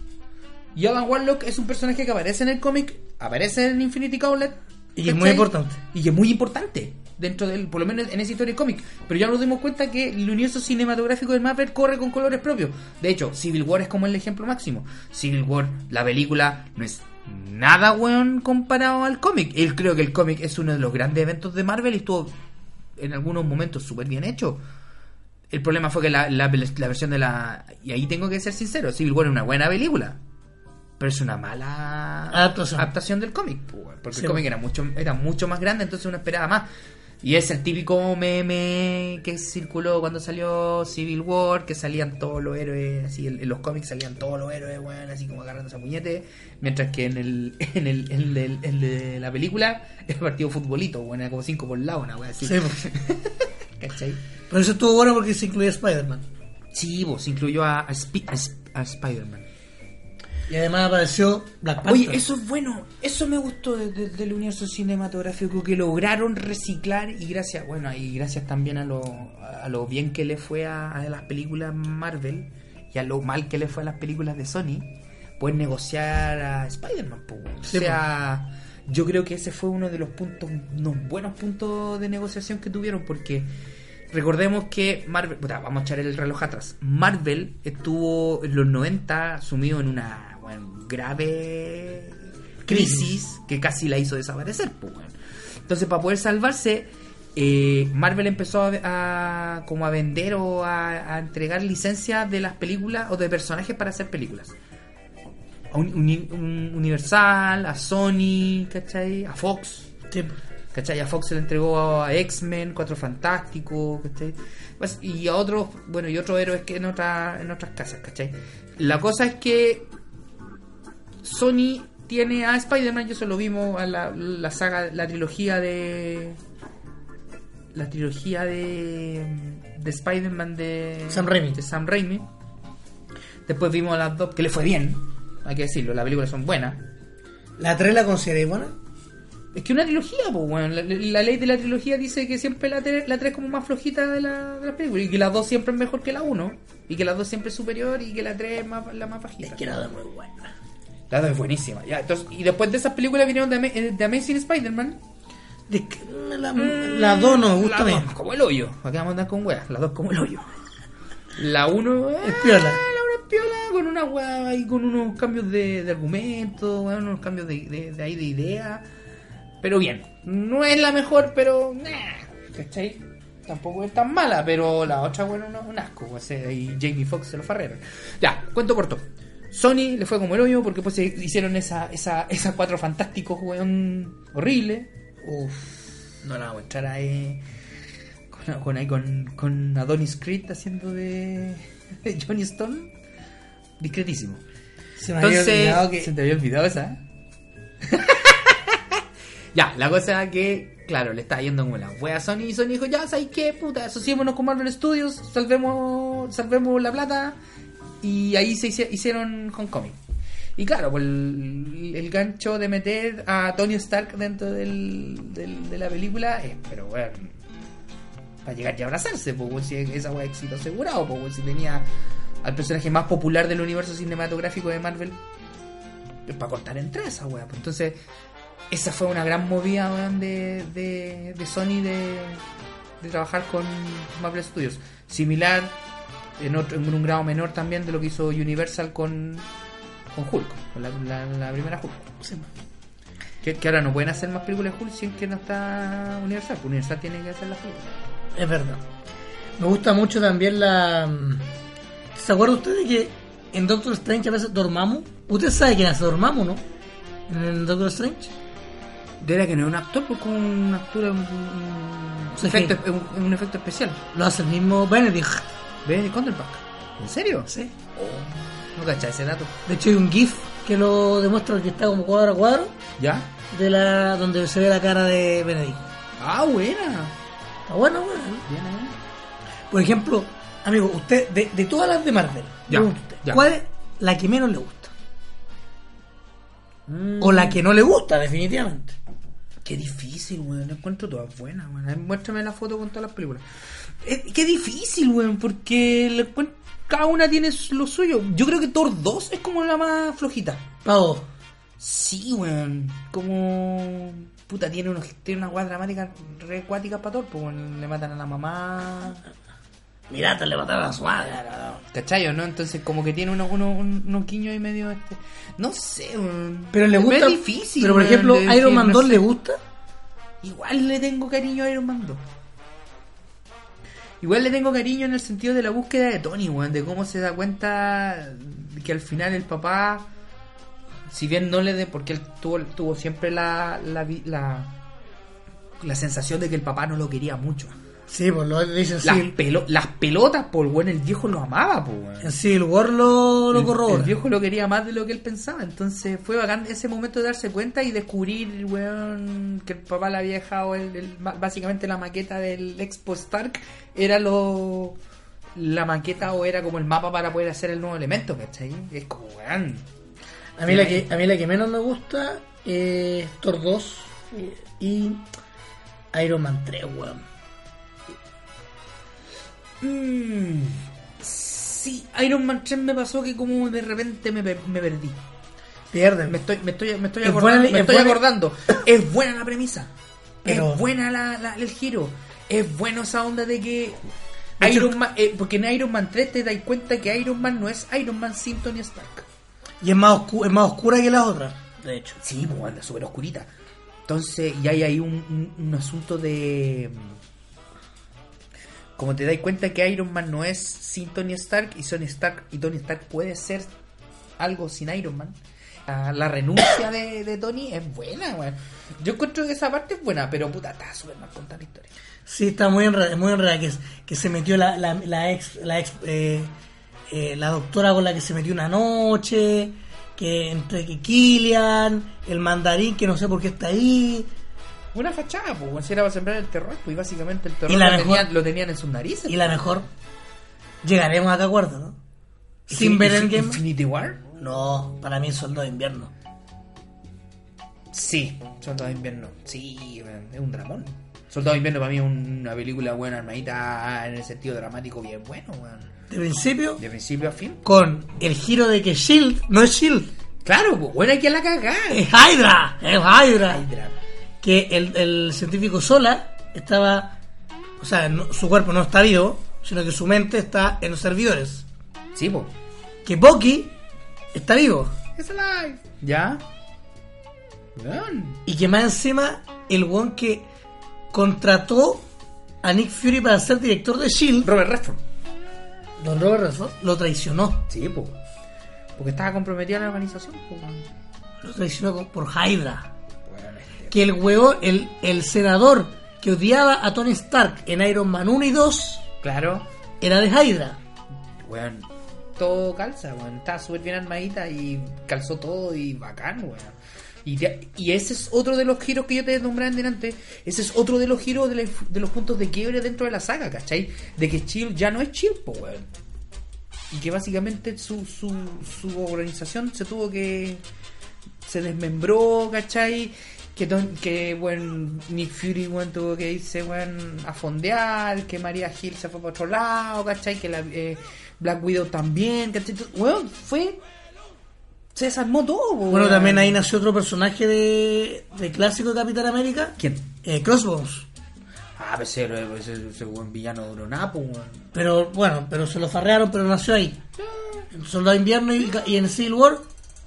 Y Alan Warlock es un personaje que aparece en el cómic, aparece en Infinity Gauntlet. Y que es ¿cachai? muy importante. Y que es muy importante dentro del, por lo menos en esa historia del cómic. Pero ya nos dimos cuenta que el universo cinematográfico de Marvel corre con colores propios. De hecho, Civil War es como el ejemplo máximo. Civil War, la película, no es nada weón comparado al cómic. Él creo que el cómic es uno de los grandes eventos de Marvel y estuvo en algunos momentos súper bien hecho. El problema fue que la, la, la versión de la... Y ahí tengo que ser sincero, Civil War es una buena película, pero es una mala Adaptación. adaptación del cómic, pues, weón, porque Sí, el cómic bueno. era mucho era mucho más grande, entonces uno esperaba más. Y es el típico meme que circuló cuando salió Civil War, que salían todos los héroes, así en, en los cómics salían todos los héroes, weón, así como agarrándose a puñete, mientras que en el en el, en el, en el- la película era partido futbolito, weón, era como cinco por lado, una weón así. Sí, pues. ¿Cachai? Pero eso estuvo bueno porque se incluía Spider-Man. Sí, vos incluyó a, a, Spi- a Sp- a Spider-Man. Y además apareció Black Panther. Oye, eso es bueno, eso me gustó de- de- del universo cinematográfico que lograron reciclar y gracias, bueno, y gracias también a lo, a lo bien que le fue a, a las películas Marvel y a lo mal que le fue a las películas de Sony, pueden negociar a Spider-Man, po, weón. Sí, o sea, yo creo que ese fue uno de los puntos, unos buenos puntos de negociación que tuvieron porque recordemos que Marvel, puta, vamos a echar el reloj atrás. Marvel estuvo en los noventa sumido en una bueno, grave crisis que casi la hizo desaparecer. Pues, bueno. Entonces, para poder salvarse, eh, Marvel empezó a, a- como a vender o a, a entregar licencias de las películas o de personajes para hacer películas. A un, uni- un Universal, a Sony, ¿cachai? A Fox. Sí, pues. ¿Cachai? A Fox se le entregó a X-Men, Cuatro Fantásticos, ¿cachai? Pues, y a otros, bueno, y otros héroes que en, otra, en otras casas, ¿cachai? La cosa es que Sony tiene a Spider-Man, y eso lo vimos a la, la saga, la trilogía de... La trilogía de... De Spider-Man de... Sam Raimi. De Sam Raimi. Después vimos a las dos, que le fue bien, hay que decirlo, las películas son buenas. ¿La tres la consideráis buena? Es que una trilogía, pues, bueno, la, la ley de la trilogía dice que siempre la tres la tres es como más flojita de la, de la película y que la dos siempre es mejor que la uno y que la dos siempre es superior y que la tres es más, la más bajita. Es que era muy buena. La dos es buenísima. Ya, entonces, y después de esas películas vinieron de, Ama- eh, de Amazing Spider-Man. De que la, la dos no me gusta La bien. dos, como el hoyo. Aquí vamos a andar con weas. La dos como el hoyo. La uno eh, Es piola. La uno es piola con una wea y con unos cambios de, de argumento, bueno, unos cambios de, de, de ahí de idea. pero bien. No es la mejor, pero... Nah, ¿cachai? Tampoco es tan mala, pero la otra, bueno, no, un asco. O sea, y Jamie Foxx se lo farrearon. Ya, cuento corto. Sony le fue como el hoyo porque pues hicieron esa, esa, esa cuatro fantásticos, weón, horrible. Uff, no la vamos a entrar ahí con, con, ahí con, con Adonis Creed haciendo de, de Johnny Stone. Discretísimo. Se me había Entonces, olvidado que... se te había olvidado esa, ¿eh? Ya, la cosa que, claro, le estaba yendo como la wea a Sony y Sony dijo, ya, ¿sabes qué? Puta, asociémonos con Marvel Studios, salvemos, salvemos la plata. Y ahí se hice- hicieron Homecoming. Y claro, pues el, el gancho de meter a Tony Stark dentro del, del- de la película es, pero bueno, para llegar y abrazarse, pues weón, si esa wea éxito asegurado, pues weón, si tenía al personaje más popular del universo cinematográfico de Marvel, para cortar entre esa wea, pues entonces esa fue una gran movida, weón, de, de, de Sony de, de trabajar con Marvel Studios. Similar en, otro, en un grado menor también de lo que hizo Universal con, con Hulk, con la, la, la primera Hulk. Sí. Que, que ahora no pueden hacer más películas de Hulk sin que no está Universal. Universal tiene que hacer las películas. Es verdad. Me gusta mucho también la... ¿Se acuerda usted de que en Doctor Strange a veces dormamos? Usted sabe quién hace Dormammu, ¿no? En Doctor Strange. De que no es un actor, pues con un actor un, un, Sí, efecto, sí. un, un efecto especial. Lo hace el mismo Benedict. Benedict Cumberbatch. ¿En serio? Sí. No cachai ese dato. De hecho hay un GIF que lo demuestra que está como cuadro a cuadro ¿Ya? de la donde se ve la cara de Benedict. Ah, buena. Está bueno, bueno. Bien ahí. Por ejemplo, amigo, usted, de, de todas las de Marvel, Ya, pregunto usted, ya. ¿cuál es la que menos le gusta? Mm. O la que no le gusta, definitivamente. Qué difícil, weón. La encuentro todas buenas, weón. A ver, muéstrame la foto con todas las películas. Es, qué difícil, weón, porque la encuent- cada una tiene lo suyo. Yo creo que Thor dos es como la más flojita. Pavo, Sí, weón. Como... Puta, tiene, unos, tiene una guada dramática re acuática para Thor, pues weón. Le matan a la mamá. mirá, te le mataron a su madre. ¿Cachai, no? Entonces como que tiene unos, unos, unos guiños ahí medio... este No sé, weón. Pero le gusta. Es difícil, pero por weón, ejemplo, de Iron decir, Man no dos sé. le gusta. Igual le tengo cariño a Iron Man dos. Igual le tengo cariño en el sentido de la búsqueda de Tony, weón. De cómo se da cuenta de que al final el papá, si bien no le de... Porque él tuvo, tuvo siempre la, la, vi- la, la sensación de que el papá no lo quería mucho. Sí, pues lo dicen Las, sí. pelo- las pelotas, por weón, el viejo lo amaba, por weón. En Civil War lo, lo El- corrobora. El viejo lo quería más de lo que él pensaba. Entonces fue bacán ese momento de darse cuenta y descubrir, weón, que el papá le había dejado el, el- básicamente la maqueta del Expo Stark. Era lo la maqueta o era como el mapa para poder hacer el nuevo elemento, ¿cachai? Es como, weón. A mí, la que, a mí la que menos me gusta es Thor dos y Iron Man tres, weón. Mm, sí, Iron Man tres me pasó que como de repente me, per- me perdí. Pierden. Me estoy, me estoy, me estoy Es acordando, buena- me es estoy buena- acordando. Es buena la premisa. Pero- Es buena la, la- el giro. Es bueno esa onda de que De hecho- Iron Man, eh, porque en Iron Man tres te das cuenta que Iron Man no es Iron Man sin Tony Stark. Y es más, oscu- es más oscura que las otras, de hecho. Sí, pues anda súper oscurita. Entonces, y hay ahí un, un, un asunto de... Como te das cuenta que Iron Man no es sin Tony Stark y Tony Stark y Tony Stark puede ser algo sin Iron Man. La, la renuncia de, de Tony es buena, weón. Yo encuentro que esa parte es buena, pero puta, está súper mal contada la historia. Sí, está muy enredada, muy enredada que, que se metió la, la, la ex, la ex eh, eh, la doctora con la que se metió una noche, que entre que Killian, el mandarín que no sé por qué está ahí. Una fachada, pues, weón, si era para sembrar el terror, pues y básicamente el terror Y la lo, mejor- tenían, lo tenían en sus narices. Y la mejor, llegaremos a qué acuerdo, ¿no? Sin Infin- ver Infin- Endgame. Infinity War. No, para mí es Soldado de Invierno. Sí, Soldado de Invierno. Sí, weón, es un dramón. Soldado de Invierno para mí es una película buena, armadita en el sentido dramático bien bueno, weón. De principio, De principio a fin. con el giro de que Shield no es Shield, Claro, pues buena que la cagá. es Hydra, es Hydra. Hydra. Que el, el científico Sola estaba, o sea, no- su cuerpo no está vivo, sino que su mente está en los servidores. Sí, pues. Que Bucky está vivo Es alive. ¿Ya? Weón. y que más encima el weón que contrató a Nick Fury para ser director de S H I E L D, Robert Redford. don Robert Redford, lo traicionó. Sí, pues. Porque estaba comprometida la organización, pues. Lo traicionó con- por Hydra. Bueno, este... Que el huevo, el, el senador que odiaba a Tony Stark en Iron Man uno y dos Claro. era de Hydra. Weón, todo calza, weón. Estaba súper bien armadita y calzó todo y bacán, weón. Y, de- y ese es otro de los giros que yo te nombraba en delante. Ese es otro de los giros de, la- de los puntos de quiebre dentro de la saga, ¿cachai? De que S H I E L D ya no es S H I E L D, po, weón. Y que básicamente su, su, su organización se tuvo que... Se desmembró, ¿cachai? Que, don- que bueno, Nick Fury, weón, tuvo que irse, weón, a fondear. Que Maria Hill se fue para otro lado, ¿cachai? Que la eh, Black Widow también, ¿cachai? Weón, fue... Se desarmó todo, weón. Bueno, también ahí nació otro personaje de, de clásico de Capitán América, ¿Quién? eh, Crossbones. Ah, pues ese, ese, ese buen villano duró nada, pues, weón. Pero bueno, pero se lo farrearon, pero nació ahí. En Soldado de Invierno y, y en Civil War.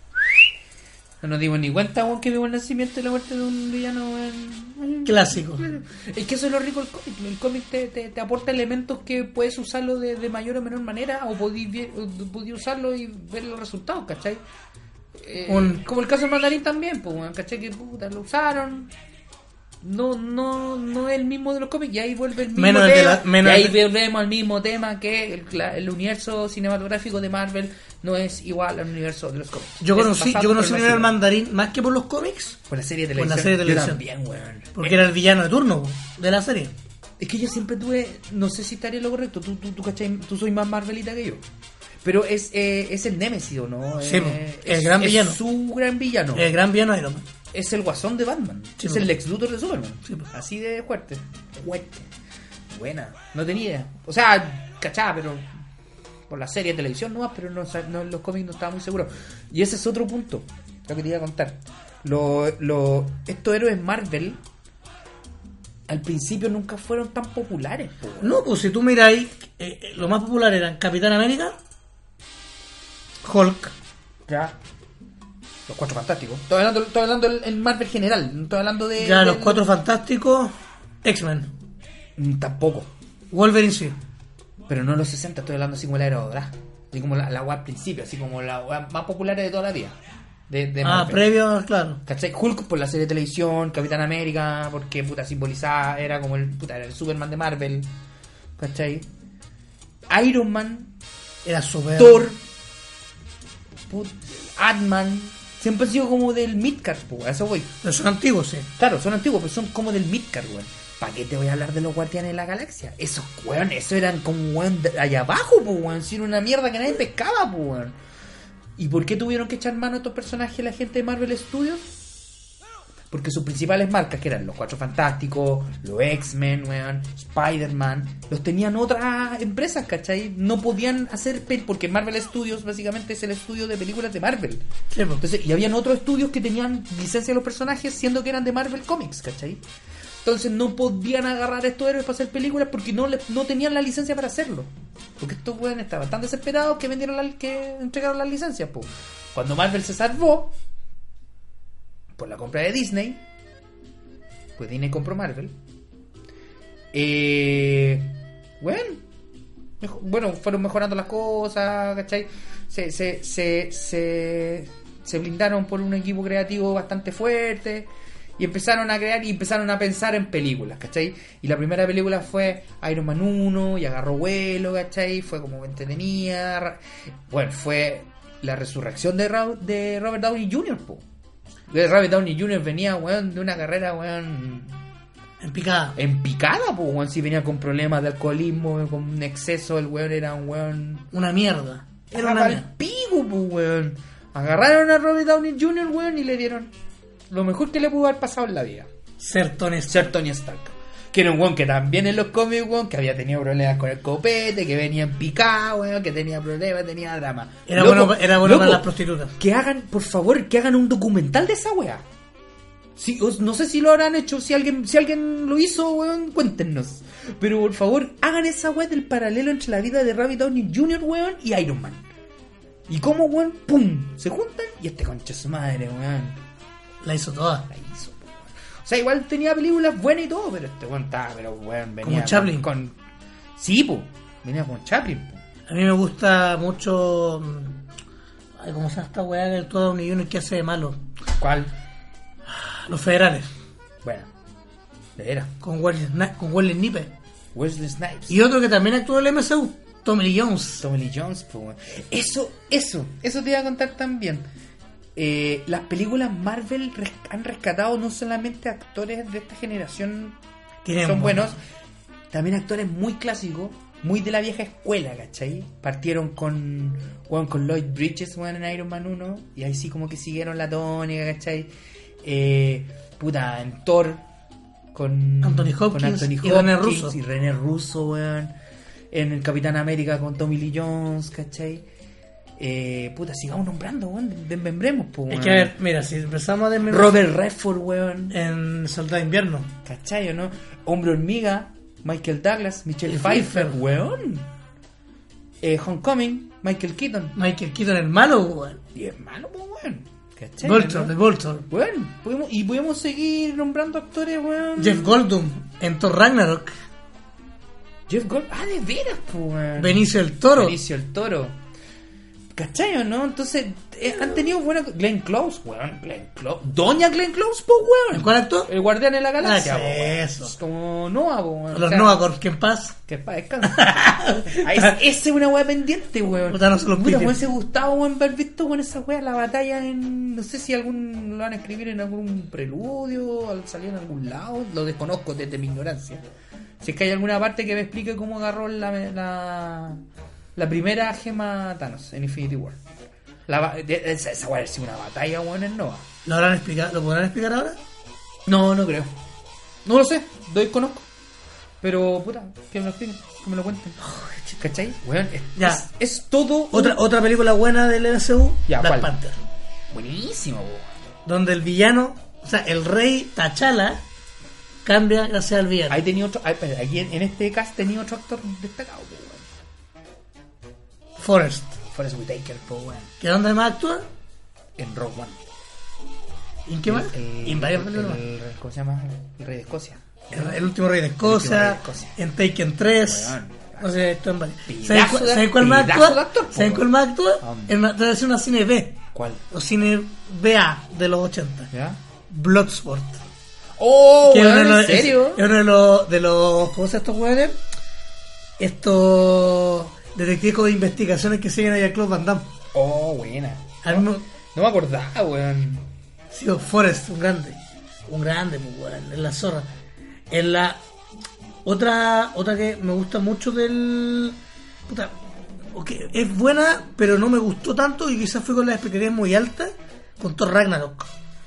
No nos dimos ni cuenta, weón, que vimos el nacimiento y la muerte de un villano, weón. Clásico. Es que eso es lo rico del cómic. El cómic te, te, te aporta elementos que puedes usarlo de, de mayor o menor manera, o podís, vi- o podís usarlo y ver los resultados, ¿cachai? Eh, Un- Como el caso del Mandarín también, pues, weón, ¿cachai? Que puta, lo usaron. No, no, no es el mismo de los cómics, y ahí vuelve el mismo Menos el de tema. la- menos y ahí el de- volvemos al mismo tema que el, la- el universo cinematográfico de Marvel no es igual al universo de los cómics. Yo Es conocí, basado yo conocí por primero al la- mandarín más que por los cómics, por la serie de por televisión. la serie de Yo televisión. también, weón. porque era el villano de turno de la serie. Es que yo siempre tuve, no sé si estaría lo correcto, tú, tú, tú, ¿cachai? Tú soy más Marvelita que yo. Pero es, eh, es el Némesis, ¿o no? Sí, Eh, el es, gran es villano. su gran villano. El gran villano Iron Man. Es el guasón de Batman. Sí, es po. el Lex Luthor de Superman. Sí, po. Así de fuerte. Fuerte. Buena. No tenía idea. O sea, cachaba, pero por la serie de televisión nomás, pero no, no, en los cómics no estaba muy seguro. Y ese es otro punto, lo que te iba a contar. Lo, lo, estos héroes Marvel al principio nunca fueron tan populares, po. No, pues si tú miras ahí, eh, eh, lo más popular eran Capitán América, Hulk, Ya. Los Cuatro Fantásticos. Estoy hablando, estoy hablando en en Marvel general. No estoy hablando de. ya del- los Cuatro Fantásticos, X-Men, Mm, Tampoco. Wolverine sí. Pero no en los sesenta, estoy hablando así como la era dorada. Así como la, la web al principio, así como la web más popular de toda la vida. De, de Ah, Marvel. previo, claro. ¿Cachai? Hulk por la serie de televisión, Capitán América, porque puta simbolizaba, era como el, puta, era el Superman de Marvel. ¿Cachai? Iron Man, Era super. Thor, put- Ant-Man, siempre han sido como del Midcard, pues, a eso voy. Pero son antiguos, sí. Claro, son antiguos, pero son como del Midcard, weón. ¿Para qué te voy a hablar de los Guardianes de la Galaxia? Esos, weón, eso eran como, weón, de allá abajo, pues, weón. Si era una mierda que nadie pescaba, pues, weón. ¿Y por qué tuvieron que echar mano a estos personajes la gente de Marvel Studios? Porque sus principales marcas, que eran los Cuatro Fantásticos, los X-Men, weón, Spider-Man, los tenían otras empresas, ¿cachai? No podían hacer... pe- Porque Marvel Studios básicamente es el estudio de películas de Marvel. Sí, pues. Entonces, y habían otros estudios que tenían licencia de los personajes siendo que eran de Marvel Comics, ¿cachai? Entonces no podían agarrar a estos héroes para hacer películas porque no le- no tenían la licencia para hacerlo. Porque estos weones estaban tan desesperados que vendieron la, que entregaron las licencias, po. Cuando Marvel se salvó por la compra de Disney, pues Disney compró Marvel. Eh, bueno, mejo- bueno, fueron mejorando las cosas, ¿cachai? Se, se, se, se, se blindaron por un equipo creativo bastante fuerte y empezaron a crear y empezaron a pensar en películas, ¿cachai? Y la primera película fue Iron Man uno y agarró vuelo, ¿cachai? Fue como entretenida. ra- Bueno, fue la resurrección de, Ra- de Robert Downey junior, po. De Robert Downey junior venía, weón, de una carrera, weón, En picada. en picada, pues, weón. Si venía con problemas de alcoholismo, con un exceso, el weón era un weón. Una mierda. Era Era una al mierda. pico, pues, weón. Agarraron a Robert Downey junior, weón, y le dieron lo mejor que le pudo haber pasado en la vida: Ser Tony Stark. ser Tony Stark. Que era un weón que también en los cómics, weón, que había tenido problemas con el copete, que venía en picada, weón, que tenía problemas, tenía drama. Era Loco, bueno, era bueno loco, para las prostitutas. que hagan, por favor, que hagan un documental de esa weá. Si, os- no sé si lo habrán hecho, si alguien, si alguien lo hizo, weón, cuéntenos. Pero por favor, hagan esa weá del paralelo entre la vida de Robert Downey junior, weón, y Iron Man. Y cómo, weón, pum, se juntan y este concha su madre, weón, La hizo toda. la hizo, po, weón. O sea, igual tenía películas buenas y todo, pero este weón estaba, pero weón, venía Como Chaplin. con, con... Sí, po, venía con Chaplin, po. A mí me gusta mucho. Ay, ¿cómo se llama esta weá del todo un que hace de malo? ¿Cuál? Los Federales. Bueno, de veras. Con Wesley, Sni- con Wesley Snipes. Wesley Snipes. Y otro que también actuó en el M C U, Tommy Lee Jones. Tommy Lee Jones, po, weón. Eso, eso, eso te iba a contar también. Eh, las películas Marvel res- han rescatado no solamente actores de esta generación que Tienen son buenos. buenos, también actores muy clásicos, muy de la vieja escuela, ¿cachai? Partieron con, bueno, con Lloyd Bridges, bueno, en Iron Man uno, y ahí sí como que siguieron la tónica, ¿cachai? Eh, puta, en Thor, con Anthony con Hopkins Anthony y René Hopkins Russo. y René Russo, weón. En el Capitán América con Tommy Lee Jones, ¿cachai? Eh, puta, sigamos nombrando, weón, desmembremos, pues, Es que a ver, mira, si empezamos a desmenuzar Robert Redford, weón, en Soldado de Invierno. ¿cachai o no? Hombre Hormiga, Michael Douglas, Michelle Y Pfeiffer, Pfeiffer. weón. Eh, Homecoming, Michael Keaton. Michael Keaton, el malo, weón. Y es malo, pues, weón. ¿Cachai? Voltron, ¿no? de Voltron. Weón, podemos, y podemos seguir nombrando actores, weón. Jeff Goldblum en Thor Ragnarok. Jeff Gold. Ah, de veras, pues, weón. Benicio el Toro. Benicio el Toro. ¿Cachai o no? Entonces, eh, han tenido buena. Glenn Close, weón. Glenn Close. Doña Glenn Close, pues, weón. ¿En cuál acto? El guardián de la galaxia, Ah, po, weón. eso. Es como Noah, po, weón. Los O sea, Nova Corps, que en paz. Que pa' descanso. Ahí, esa es una weá pendiente, weón. Puta, no se los Puta, piden. me hubiese gustado, weón, haber visto con esa weá la batalla en. No sé si algún lo van a escribir en algún preludio, al salir en algún lado. Lo desconozco desde mi ignorancia. Si es que hay alguna parte que me explique cómo agarró la, la, la primera gema Thanos en Infinity War. La, ba- de- esa, esa weá es una batalla, weón, en Nova. ¿Lo, habrán explicado, ¿Lo podrán explicar ahora? No, no creo. No lo sé, lo desconozco. Pero, puta, que me lo expliquen, que me lo cuenten. ¿Cachai? Weón, es, Ya. es, es todo. un- Otra, otra película buena del M C U, Ya, Black ¿cuál? Panther. Buenísimo, weón. Donde el villano, o sea, el rey T'Challa cambia gracias al villano. Ahí tenía otro. Ahí, espera, aquí en, en este cast tenía otro actor destacado, po, weón. Forrest. Forrest Whitaker, po, weón. ¿Que dónde más actúa? En Rogue One. ¿Y en qué más? El- el- Y en varias el- películas más. el- ¿Cómo se llama? El Rey de Escocia. El, el último rey de El último rey Escocia, de Escocia. en Taken tres. Weón. No sé, esto en varias. Pedazo ¿Saben cu- de- ¿saben cuál más pedazo de actúa? actor, po, ¿Saben cuál más actúa? Hombre. En una, te voy a decir una cine B, ¿Cuál? o cine B A de los ochenta. ¿Ya? Bloodsport. ¡Oh, Que es weón! uno de ¿En los- serio? Es, es uno de los, de los. ¿Cómo se llama estos weones? Estos detectives de investigaciones que siguen ahí a Claude Van Damme. Oh, buena. Al mismo. No me acordaba, weón. Sí, Forrest, un grande. Un grande, pues, weón. En la zorra. En la. Otra, otra que me gusta mucho del. Puta. ok, es buena, pero no me gustó tanto y quizás fue con las expectativas muy altas. Con Thor Ragnarok.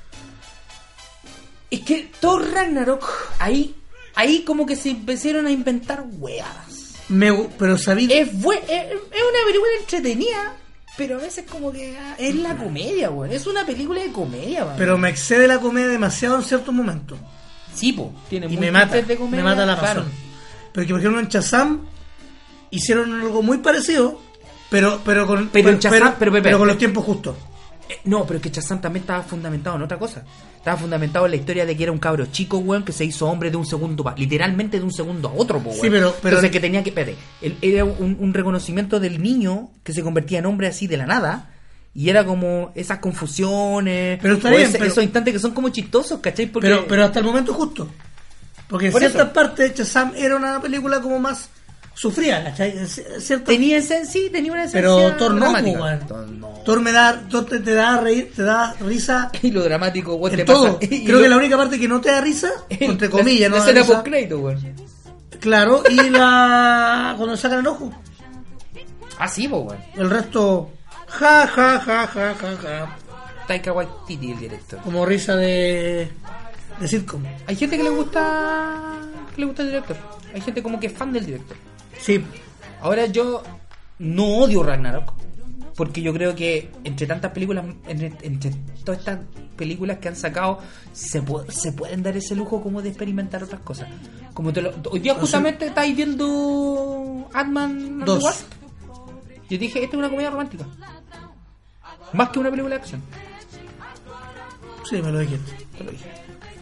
Es que Thor Ragnarok, ahí, ahí como que se empezaron a inventar weadas. Me, gu- pero sabí. Es, bue- es, es una película entretenida, pero a veces como que ah, es la comedia, weón. Es una película de comedia, weón. Pero me excede la comedia demasiado en ciertos momentos. Sí, po, tiene Y muchos me mata. tintes de comedia, Me mata la claro. razón. Pero que por ejemplo en Shazam hicieron algo muy parecido. Pero, pero con, Pero en Shazam- pero, pero, pero, con los pero- tiempos justos. Eh, no, pero es que Shazam también estaba fundamentado en otra cosa. Estaba fundamentado en la historia de que era un cabro chico, weón, que se hizo hombre de un segundo, pa- literalmente de un segundo a otro, po, weón. Sí, pero- pero- Entonces que tenía que, espérate, él- era un, un reconocimiento del niño que se convertía en hombre así de la nada. Y era como esas confusiones, Pero está o bien, ese- pero- esos instantes que son como chistosos, ¿cachai? Porque Pero, pero hasta el momento justo. Porque en Por ciertas eso. partes Shazam era una película como más sufrida, ¿cachai? En ci- ciertas- tenía esen- sí, tenía una esencia Pero Thor no, dramática. po, weón. Thor no. Thor me da, Thor te, te da reír, te da risa Y lo dramático, weón, en te todo. pasa. y Creo lo- que la única parte que no te da risa, entre la- comillas, no la da escena risa. post crédito, weón. Claro, y la cuando sacan el ojo. Ah, sí, po, weón. El resto, ja, ja, ja, ja, ja, ja. Taika Waititi, el director. Como risa de, de sitcom. Hay gente que le gusta que le gusta el director. Hay gente como que es fan del director. Sí, Ahora yo no odio Ragnarok, porque yo creo que entre tantas películas, entre, entre todas estas películas que han sacado, se, pu- se pueden dar ese lujo como de experimentar otras cosas. Como te lo, hoy día justamente estáis viendo Ant-Man and the Dos. Wasp. Yo dije, esta es una comedia romántica. Más que una película de acción. sí, me lo dijiste. Te lo dije.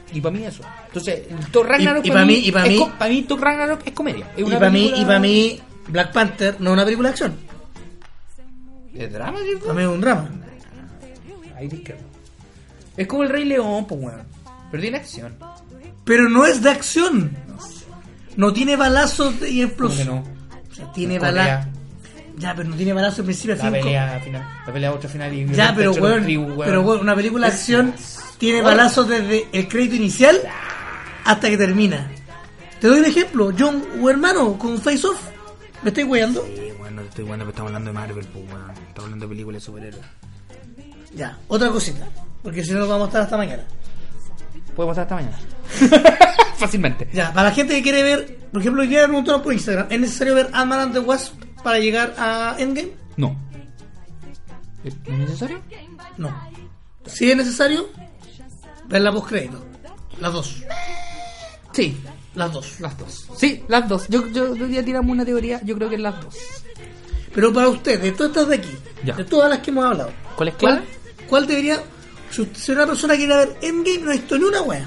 Y para mí eso. Entonces, Thor Ragnarok Y- y para pa' mí, mí- y pa' es mí- co- para mí Thor Ragnarok es comedia. Es Y una para mí, película- y para mí, Black Panther no es una película de acción. ¿Es drama, cierto? Para mí es un drama. Ahí discrepo. Es como el Rey León, pues weón. Pero tiene acción. Pero no es de acción. No tiene balazos y ¿Cómo que explosiones. no? O sea, tiene Correa, balazos. Ya, pero no tiene balazos en principio. La fin, pelea final. La pelea otra final y Ya, pero entre los weón, tribus, weón. pero weón, una película de Es- acción tiene weón. balazos desde el crédito inicial hasta que termina. Te doy un ejemplo, John, o hermano, con Face Off. ¿Me estoy weyando? Sí, bueno, estoy bueno, pero estamos hablando de Marvel, pues weón. Estamos hablando de películas de superhéroes. Ya, otra cosita, porque si no nos vamos a estar hasta mañana. Podemos estar hasta mañana. Fácilmente. Ya, para la gente que quiere ver, por ejemplo, hoy día me preguntaron por Instagram, ¿es necesario ver Ant-Man and the Wasp para llegar a Endgame? No. ¿Es necesario? No. Si es necesario, ver la postcrédito. Las dos. Sí, Las dos. las dos. Sí, las dos. Yo, yo, yo ya tiramos una teoría, yo creo que es las dos. Pero para usted, de todas estas de aquí, Ya. de todas las que hemos hablado, ¿Cuál es ¿cuál, clave? cuál debería, si, usted- si una persona quiere ver Endgame, no ha visto ni una wea?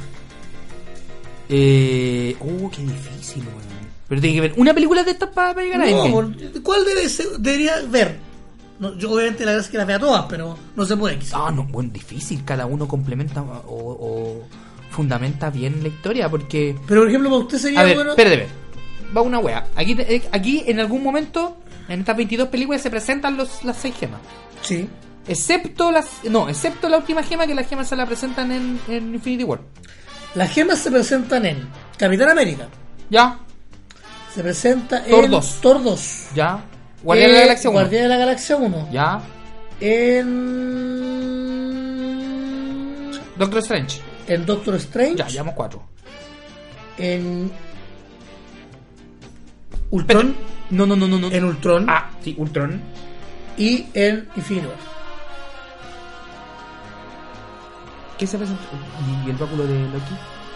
Eh. Uh, qué difícil, weón. Pero tiene que ver una película de estas para llegar a No, Endgame. por- ¿cuál debe ser- debería ver? No, yo obviamente la verdad es que las vea todas, pero no se puede quizás. Ah, no, bueno, difícil. Cada uno complementa o, o fundamenta bien la historia porque. Pero por ejemplo, para usted sería A ver, bueno... espérate, espérate. Va una wea. Aquí, te- eh, aquí en algún momento, en estas veintidós películas se presentan los, las seis gemas. Sí. Excepto las. No, excepto la última gema, que las gemas se la presentan en, en Infinity War. Las gemas se presentan en Capitán América. Ya, Se presenta Thor en dos. Thor dos. ya. Guardián de la Eh, Galaxia uno. Guardián de la Galaxia uno. Ya. En... Doctor Strange. En Doctor Strange. Ya, llevamos cuatro. En... Ultron. Espérate. No, no, no, no, no. En Ultron. Ah, sí, Ultron. Y en Infinity War. ¿Qué se presenta? ¿Y el báculo de Loki?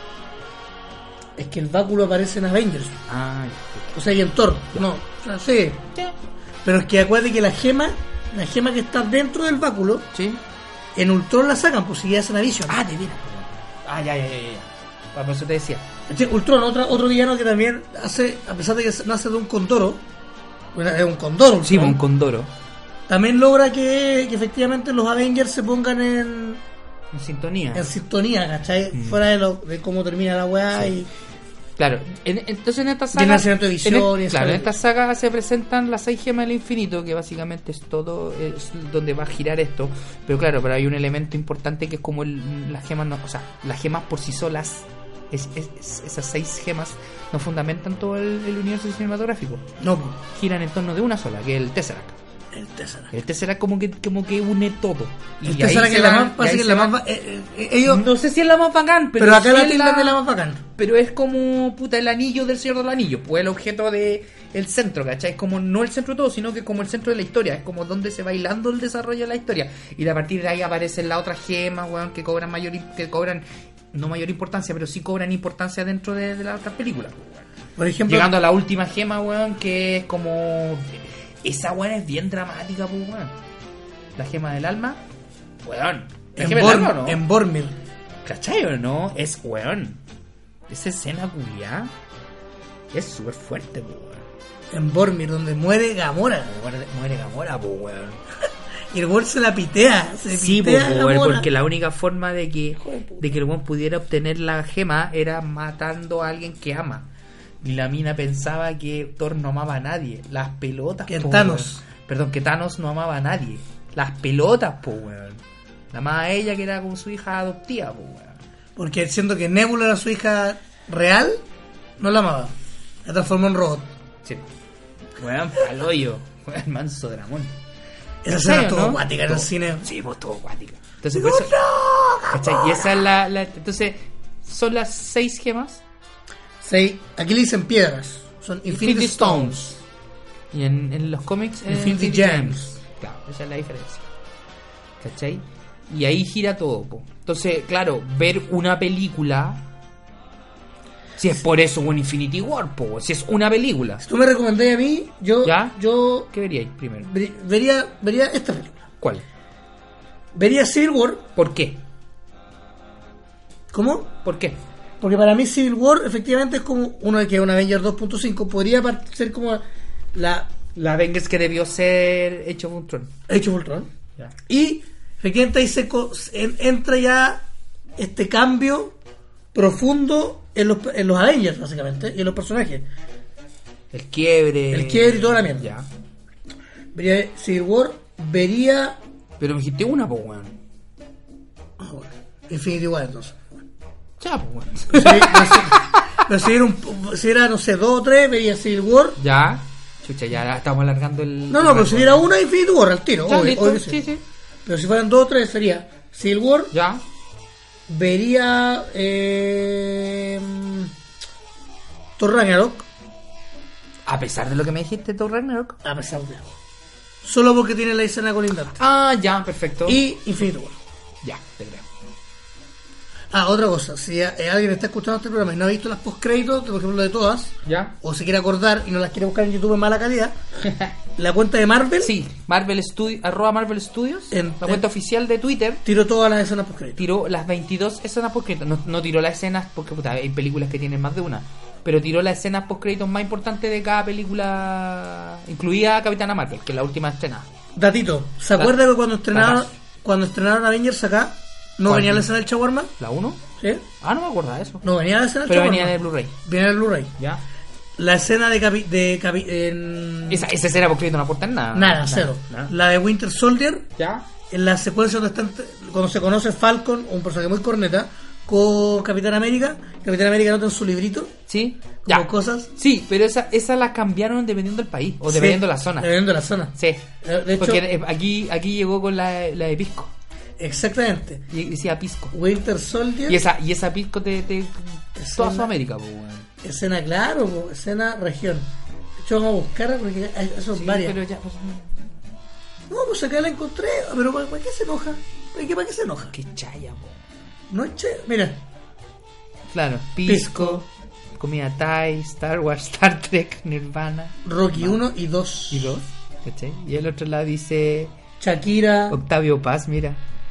Es que el báculo aparece en Avengers. Ah, O sea, y en Thor. No, o sea, sí. ya. Pero es que acuérdate que la gema, la gema que está dentro del báculo, Sí. en Ultron la sacan, pues si ya es una Vision. Ah, de veras. Ah, ya, ya, ya, ya. Ah, por eso te decía. Este, Ultron, otra, otro villano que también hace, a pesar de que nace de un condoro, bueno, es un condoro, Sí, Ultron, un condoro. también logra que, que efectivamente los Avengers se pongan en, En sintonía. en sintonía, ¿cachai? Mm. Fuera de, lo, de cómo termina la weá Sí. y... Claro, en- entonces en esta Y el saga. nacimiento de Visión en y el- esa claro, en película. esta saga se presentan las seis gemas del infinito, que básicamente es todo, es donde va a girar esto. Pero claro, pero hay un elemento importante que es como el- las gemas, no, o sea, las gemas por sí solas, es, es- es- esas seis gemas no fundamentan todo el, el universo cinematográfico. No, pues, Giran en torno de una sola, que es el Tesseract. el Tesseract. El Tesseract como que, como que une todo. Y El ahí Tesseract se es la van- más, y parece ahí que es se la van- más... ba- eh, eh, ellos, No sé si es la más bacán, pero, pero acá sí la es tildan de la más bacán. Pero es como, puta, el anillo del Señor del Anillo, pues el objeto de el centro, ¿cachai? Es como no el centro de todo, sino que como el centro de la historia, es como donde se va hilando el desarrollo de la historia. Y a partir de ahí aparecen las otras gemas, weón, que cobran mayor, que cobran, no mayor importancia, pero sí cobran importancia dentro de, de las otras películas, pues, weón. Por ejemplo, Llegando a la última gema, weón, que es como... Esa weón es bien dramática, pues, weón. La gema del alma, weón. ¿La en, gema del alma o Borm- no? en Bormir. ¿Cachai o no? Es weón. Esa escena culiá es súper fuerte, po, weón. En Bormir, donde muere Gamora. Muere, muere Gamora, po, weón. Y el weón se la pitea. Se Sí, po, pitea a weón, Gamora. porque la única forma de que, de que el weón pudiera obtener la gema era matando a alguien que ama. Y la mina pensaba que Thor no amaba a nadie. Las pelotas, Que po, Thanos. weón. Perdón, que Thanos no amaba a nadie. Las pelotas, po, weón. La amaba a ella, que era como su hija adoptiva, po, weón. Porque siendo que Nebula era su hija real, no la amaba. La transformó en robot. Sí. Weón, pa'l hoyo. Weón, manso dramón. Esa ¿En escena serio, estuvo no? acuática en el Todo. cine. Sí, pues todo acuática. Entonces, por eso, ¿cachai? Y esa es la, la- Entonces, son las seis gemas. Sí, aquí le dicen piedras. Son Infinity, Stones. Y en, en los cómics, eh, Infinity Gems. Claro, esa es la diferencia. ¿Cachai? Y ahí gira todo, po. Entonces, claro, ver una película. Si es por eso un Infinity War, po. Si es una película. Si tú me recomendás a mí, yo, ¿Ya? yo ¿Qué veríais primero? ver- vería, vería esta película. ¿Cuál? Vería Civil War ¿Por qué? ¿Cómo? ¿Por qué? Porque para mí Civil War efectivamente es como uno de que un Avengers dos punto cinco podría part- ser como la La Avengers que debió ser hecho un Ultron. Age of Ultron. Ya. Y efectivamente ahí se co- en- entra ya este cambio profundo en los, en los Avengers básicamente y en los personajes. El quiebre. El quiebre y toda la mierda. Ya. Vería Civil War, vería Pero me dijiste una, pues, weón. ah, bueno, Infinity War entonces. Ya, pues, weón. Pero si, pero si- pero si era, un, si era, no sé, dos o tres, vería Civil War. Ya. Chucha, ya estamos alargando el. No, no, pero si era una, Infinity War al tiro. Ya, obvio, listo. obvio que Sí, sí. Pero si fueran dos o tres, sería Civil War, Ya. vería eh, Thor Ragnarok, A pesar de lo que me dijiste, Thor Ragnarok. a pesar de solo porque tiene la escena colindante. Ah, ya, perfecto. Y Infinity War. Ya, te creo. Ah, otra cosa, si a- eh, alguien está escuchando este programa y no ha visto las postcréditos, por ejemplo de todas, ¿Ya? o se quiere acordar y no las quiere buscar en YouTube en mala calidad, la cuenta de Marvel Sí, Marvel Studios, arroba Marvel Studios, En- la cuenta en- oficial de Twitter, tiró todas las escenas postcréditos. tiró las veintidós escenas post-créditos. No, no tiró las escenas, porque puta, hay películas que tienen más de una, pero tiró las escenas post-créditos más importantes de cada película, incluida Capitana Marvel, que es la última escena. Datito, ¿se Da- acuerda que cuando estrenaron datazo. cuando estrenaron Avengers acá, no ¿Cuál? venía la escena del shawarma? ¿La uno? ¿Sí? Ah, no me acuerdo de eso. No venía la escena del Pero shawarma. venía en el Blu-ray. Viene en el Blu-ray. ¿Ya? La escena de capi, de capi, en... Esa, esa escena post-crédito no aporta en nada. nada, cero. nada. La de Winter Soldier, ¿Ya? en la secuencia donde están cuando se conoce Falcon, un personaje muy corneta, con Capitán América. Capitán América nota en su librito ¿Sí? como Ya. cosas. Sí, pero esa, esa la cambiaron dependiendo del país o dependiendo de la zona. Dependiendo de la zona. Sí. De hecho- Porque eh, aquí, aquí llegó con la, la de Pisco. Exactamente. Y decía Pisco. Winter Soldier. Y esa, y esa Pisco te, te toda Escena- Sudamérica, pues, weón. Escena, claro, po, escena región. De hecho, vamos a buscar porque hay, son Sí, varias. pero ya, pues, No, pues acá la encontré. Pero ¿para, para qué se enoja? ¿Para qué, para qué se enoja? qué chaya, po. No es chévere. Mira, Claro, Pisco, comida Thai, Star Wars, Star Trek, Nirvana. Rocky uno y dos. ¿Y dos? ¿Cachai? Y el otro lado dice Shakira. Octavio Paz, mira.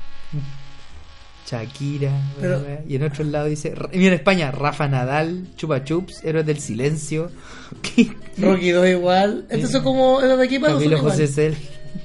Shakira. Pero- wea, wea. Y en otro lado dice. Y en España, Rafa Nadal, Chupa Chups, Héroes del Silencio. Rocky dos igual. Estos son como los de aquí para Camilo nosotros José igual.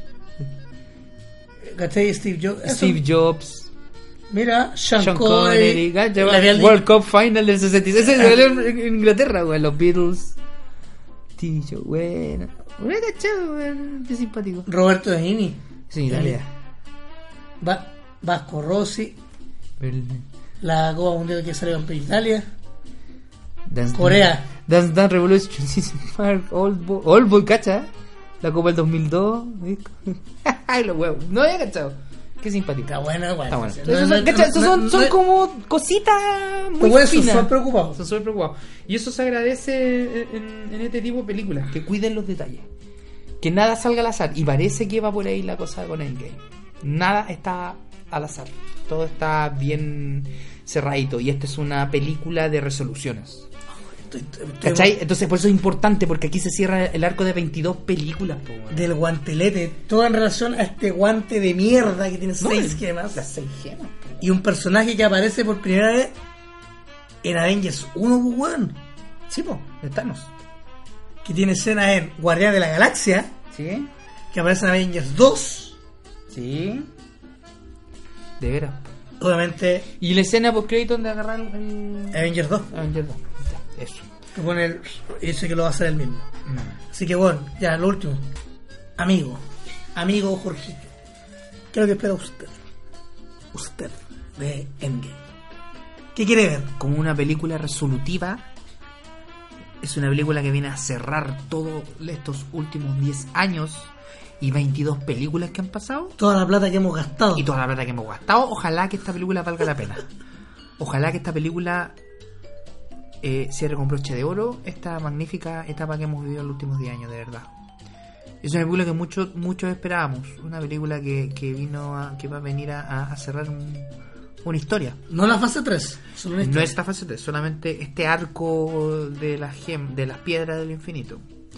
Cel, ¿Cachai? Steve Jobs. Eso- Steve Jobs, Mira, Sean, Sean Connery. Connery, gacha, la Real- World Cup Final del sesenta y seis. Ese salió en en Inglaterra, güey. Los Beatles. Tío, bueno. Una cachado, güey. Qué simpático. Roberto Benigni. Sí, Italia. Va- Vasco Rossi. El- La Copa Mundial que salió en Italia. Dance Corea. Dance Dance Revolution Season Park Old Boy, Old Boy, ¿cacha? La Copa del dos mil dos. Ay, los huevos. No había cachado. Qué simpático. Está buena, igual. Está bueno. No, Esos no, son, ¿cacha? no, Esos no, son, no, son no, como cositas muy Pues eso, finas. son preocupados. Son súper preocupados. Y eso se agradece en, en este tipo de películas, que cuiden los detalles. Que nada salga al azar. Y parece que va por ahí la cosa con Endgame. Nada está al azar. Todo está bien cerradito. Y esta es una película de resoluciones. Estoy- estoy- ¿Cachai? Entonces por eso es importante, porque aquí se cierra el arco de veintidós películas. Po, weón. Del guantelete. Todo en relación a este guante de mierda que tiene No, seis el- gemas. Las seis gemas. po. Y un personaje que aparece por primera vez en Avengers uno, pues, weón. Sí, po, de Thanos. Que tiene escena en Guardián de la Galaxia. ¿Sí? Que aparece en Avengers dos. Sí. De veras. Obviamente, Y la escena post crédito donde agarran el. Avengers dos. Avengers dos. Ya, eso. Que pone el. Y dice que lo va a hacer él mismo. Mm. Así que bueno, ya, lo último. Amigo. Amigo Jorgito. ¿Qué es lo que espera usted? Usted. De Endgame. ¿Qué quiere ver? Como una película resolutiva. Es una película que viene a cerrar todos estos últimos diez años y veintidós películas que han pasado. Toda la plata que hemos gastado. Y toda la plata que hemos gastado. Ojalá que esta película valga la pena. Ojalá que esta película eh, cierre con broche de oro esta magnífica etapa que hemos vivido en los últimos diez años, de verdad. Es una película que muchos muchos esperábamos. Una película que, que vino a, que va a venir a, a cerrar un, una historia. No la fase tres. Solo una No historia. esta fase tres, solamente este arco de las gem, de las piedras del infinito.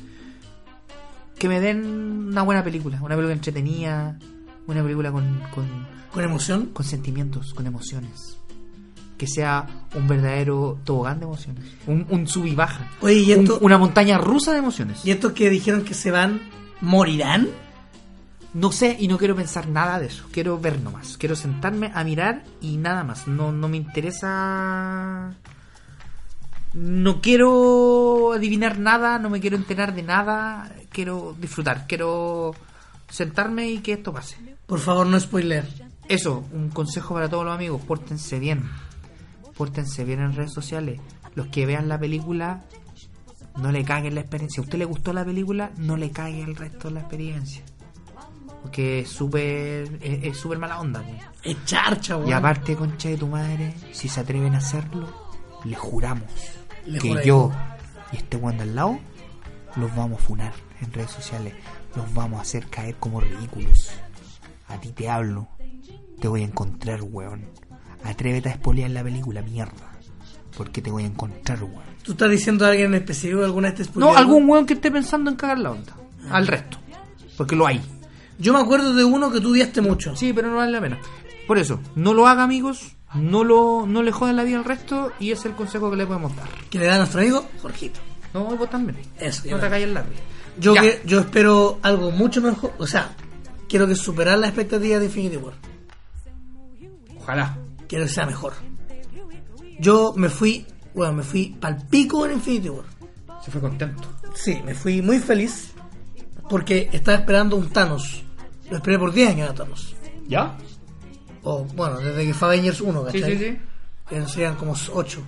Que me den una buena película, una película entretenida, una película con, con, Con emoción. con sentimientos, con emociones. que sea un verdadero tobogán de emociones, un, un sub y baja, Oye, ¿y esto, un, una montaña rusa de emociones. ¿y estos que dijeron que se van, morirán? No sé y no quiero pensar nada de eso, quiero ver nomás, quiero sentarme a mirar y nada más, no, no me interesa, no quiero adivinar nada, no me quiero enterar de nada, quiero disfrutar, quiero sentarme y que esto pase. Por favor, no spoiler. Eso, un consejo para todos los amigos, pórtense bien, pórtense bien en redes sociales. Los que vean la película, no le caguen la experiencia. Si a usted le gustó la película, no le cague el resto de la experiencia, porque es súper es, es súper mala onda, pues. Es charcha, weón. Y aparte, concha de tu madre, si se atreven a hacerlo, le juramos Le que juré. yo y este weón de al lado los vamos a funar en redes sociales, los vamos a hacer caer como ridículos. A ti te hablo, te voy a encontrar, weón. Atrévete a espolear la película, mierda, porque te voy a encontrar, weón. ¿Tú estás diciendo a alguien en específico alguna de estas No, algún weón que esté pensando en cagar la onda, al resto, porque lo hay. Yo me acuerdo de uno que tú odiaste mucho. Sí, pero no vale la pena. Por eso, no lo haga, amigos, no lo no le joden la vida al resto, y ese es el consejo que le podemos dar. Que le da a nuestro amigo Jorgito. No, vos también. Eso, No te calles la vida. Yo, Ya. que, yo espero algo mucho mejor. O sea, quiero que superar las expectativas de Infinity War. Ojalá. Quiero que sea mejor. Yo me fui, bueno, me fui pal pico en Infinity War. Se fue contento. Sí, me fui muy feliz porque estaba esperando un Thanos. Lo esperé por diez años a Thanos. ¿Ya? O, bueno, desde que fue Avengers uno, Sí, ¿cachai? sí, sí. Que serían como ocho.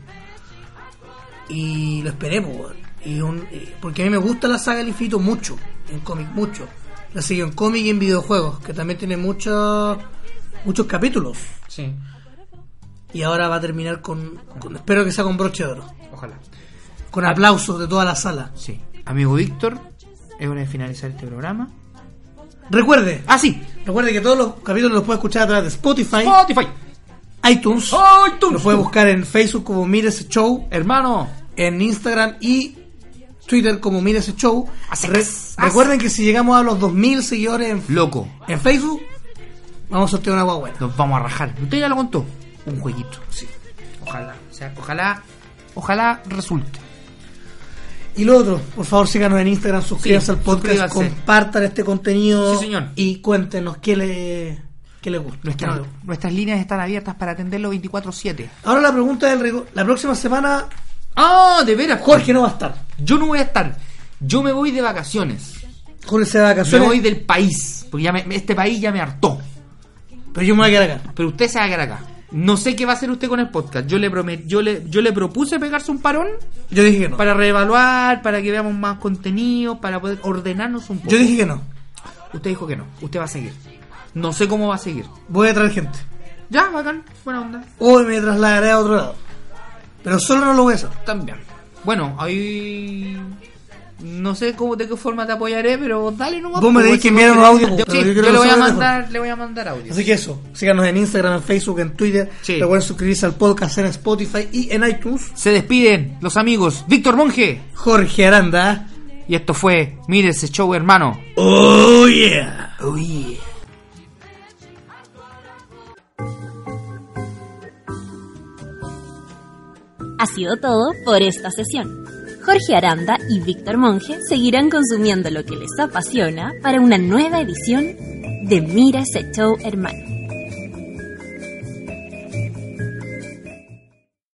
Y lo esperé, pues, weón. Y un, y- porque a mí me gusta la saga del infinito mucho, en cómic, mucho. La sigo en cómic y en videojuegos, que también tiene muchos muchos capítulos. Sí. Y ahora va a terminar con, con- espero que sea con broche de oro. Ojalá. Con aplausos de toda la sala. Sí. Amigo Víctor, es hora de finalizar este programa. Recuerde, Ah, sí. recuerde que todos los capítulos los puede escuchar a través de Spotify, Spotify. iTunes. iTunes. Lo puede buscar en Facebook como Mire ese Show, Hermano. en Instagram y Twitter como Mire ese Show. Así Re- es. recuerden que si llegamos a los dos mil seguidores en, Loco. en Facebook, vamos a sortear una agua buena. Nos vamos a rajar. Usted ya lo contó. Un jueguito. Sí. Ojalá. O sea, ojalá. Ojalá resulte. Y lo otro, por favor síganos en Instagram, suscríbanse Sí, al podcast, suscríbanse. compartan este contenido. Sí, señor. Y cuéntenos qué le, qué le gusta. Nuestras, qué no le gusta. nuestras líneas están abiertas para atenderlo veinticuatro siete. Ahora la pregunta del rigor. La próxima semana Ah, de veras. Jorge no va a estar. Yo no voy a estar. Yo me voy de vacaciones. Jorge se va de Me vacaciones. voy del país. Porque ya me- este país ya me hartó. Pero yo me voy a quedar acá. Pero usted se va a quedar acá. No sé qué va a hacer usted con el podcast. Yo le promet, yo le, yo le propuse pegarse un parón Yo dije que no. para reevaluar, para que veamos más contenido, para poder ordenarnos un poco. Yo dije que no. Usted dijo que no. Usted va a seguir. No sé cómo va a seguir. Voy a traer gente. Ya, bacán. Buena onda. O me trasladaré a otro lado. Pero solo no lo voy a hacer. También. Bueno, ahí... No sé cómo, de qué forma te apoyaré, pero dale nomás. Vos me pues, tenés que si enviar vos un audio, querés- pero Sí, yo yo, quiero le voy a saber de mandar, le voy a mandar audio. Así que eso. Síganos en Instagram, en Facebook, en Twitter. Sí. Recuerden suscribirse al podcast en Spotify y en iTunes. Se despiden los amigos Víctor Monge. Jorge Aranda. Y esto fue Mire ese show, hermano. Oh yeah. Oh yeah. Ha sido todo por esta sesión. Jorge Aranda y Víctor Monge seguirán consumiendo lo que les apasiona para una nueva edición de Mira ese show, hermano.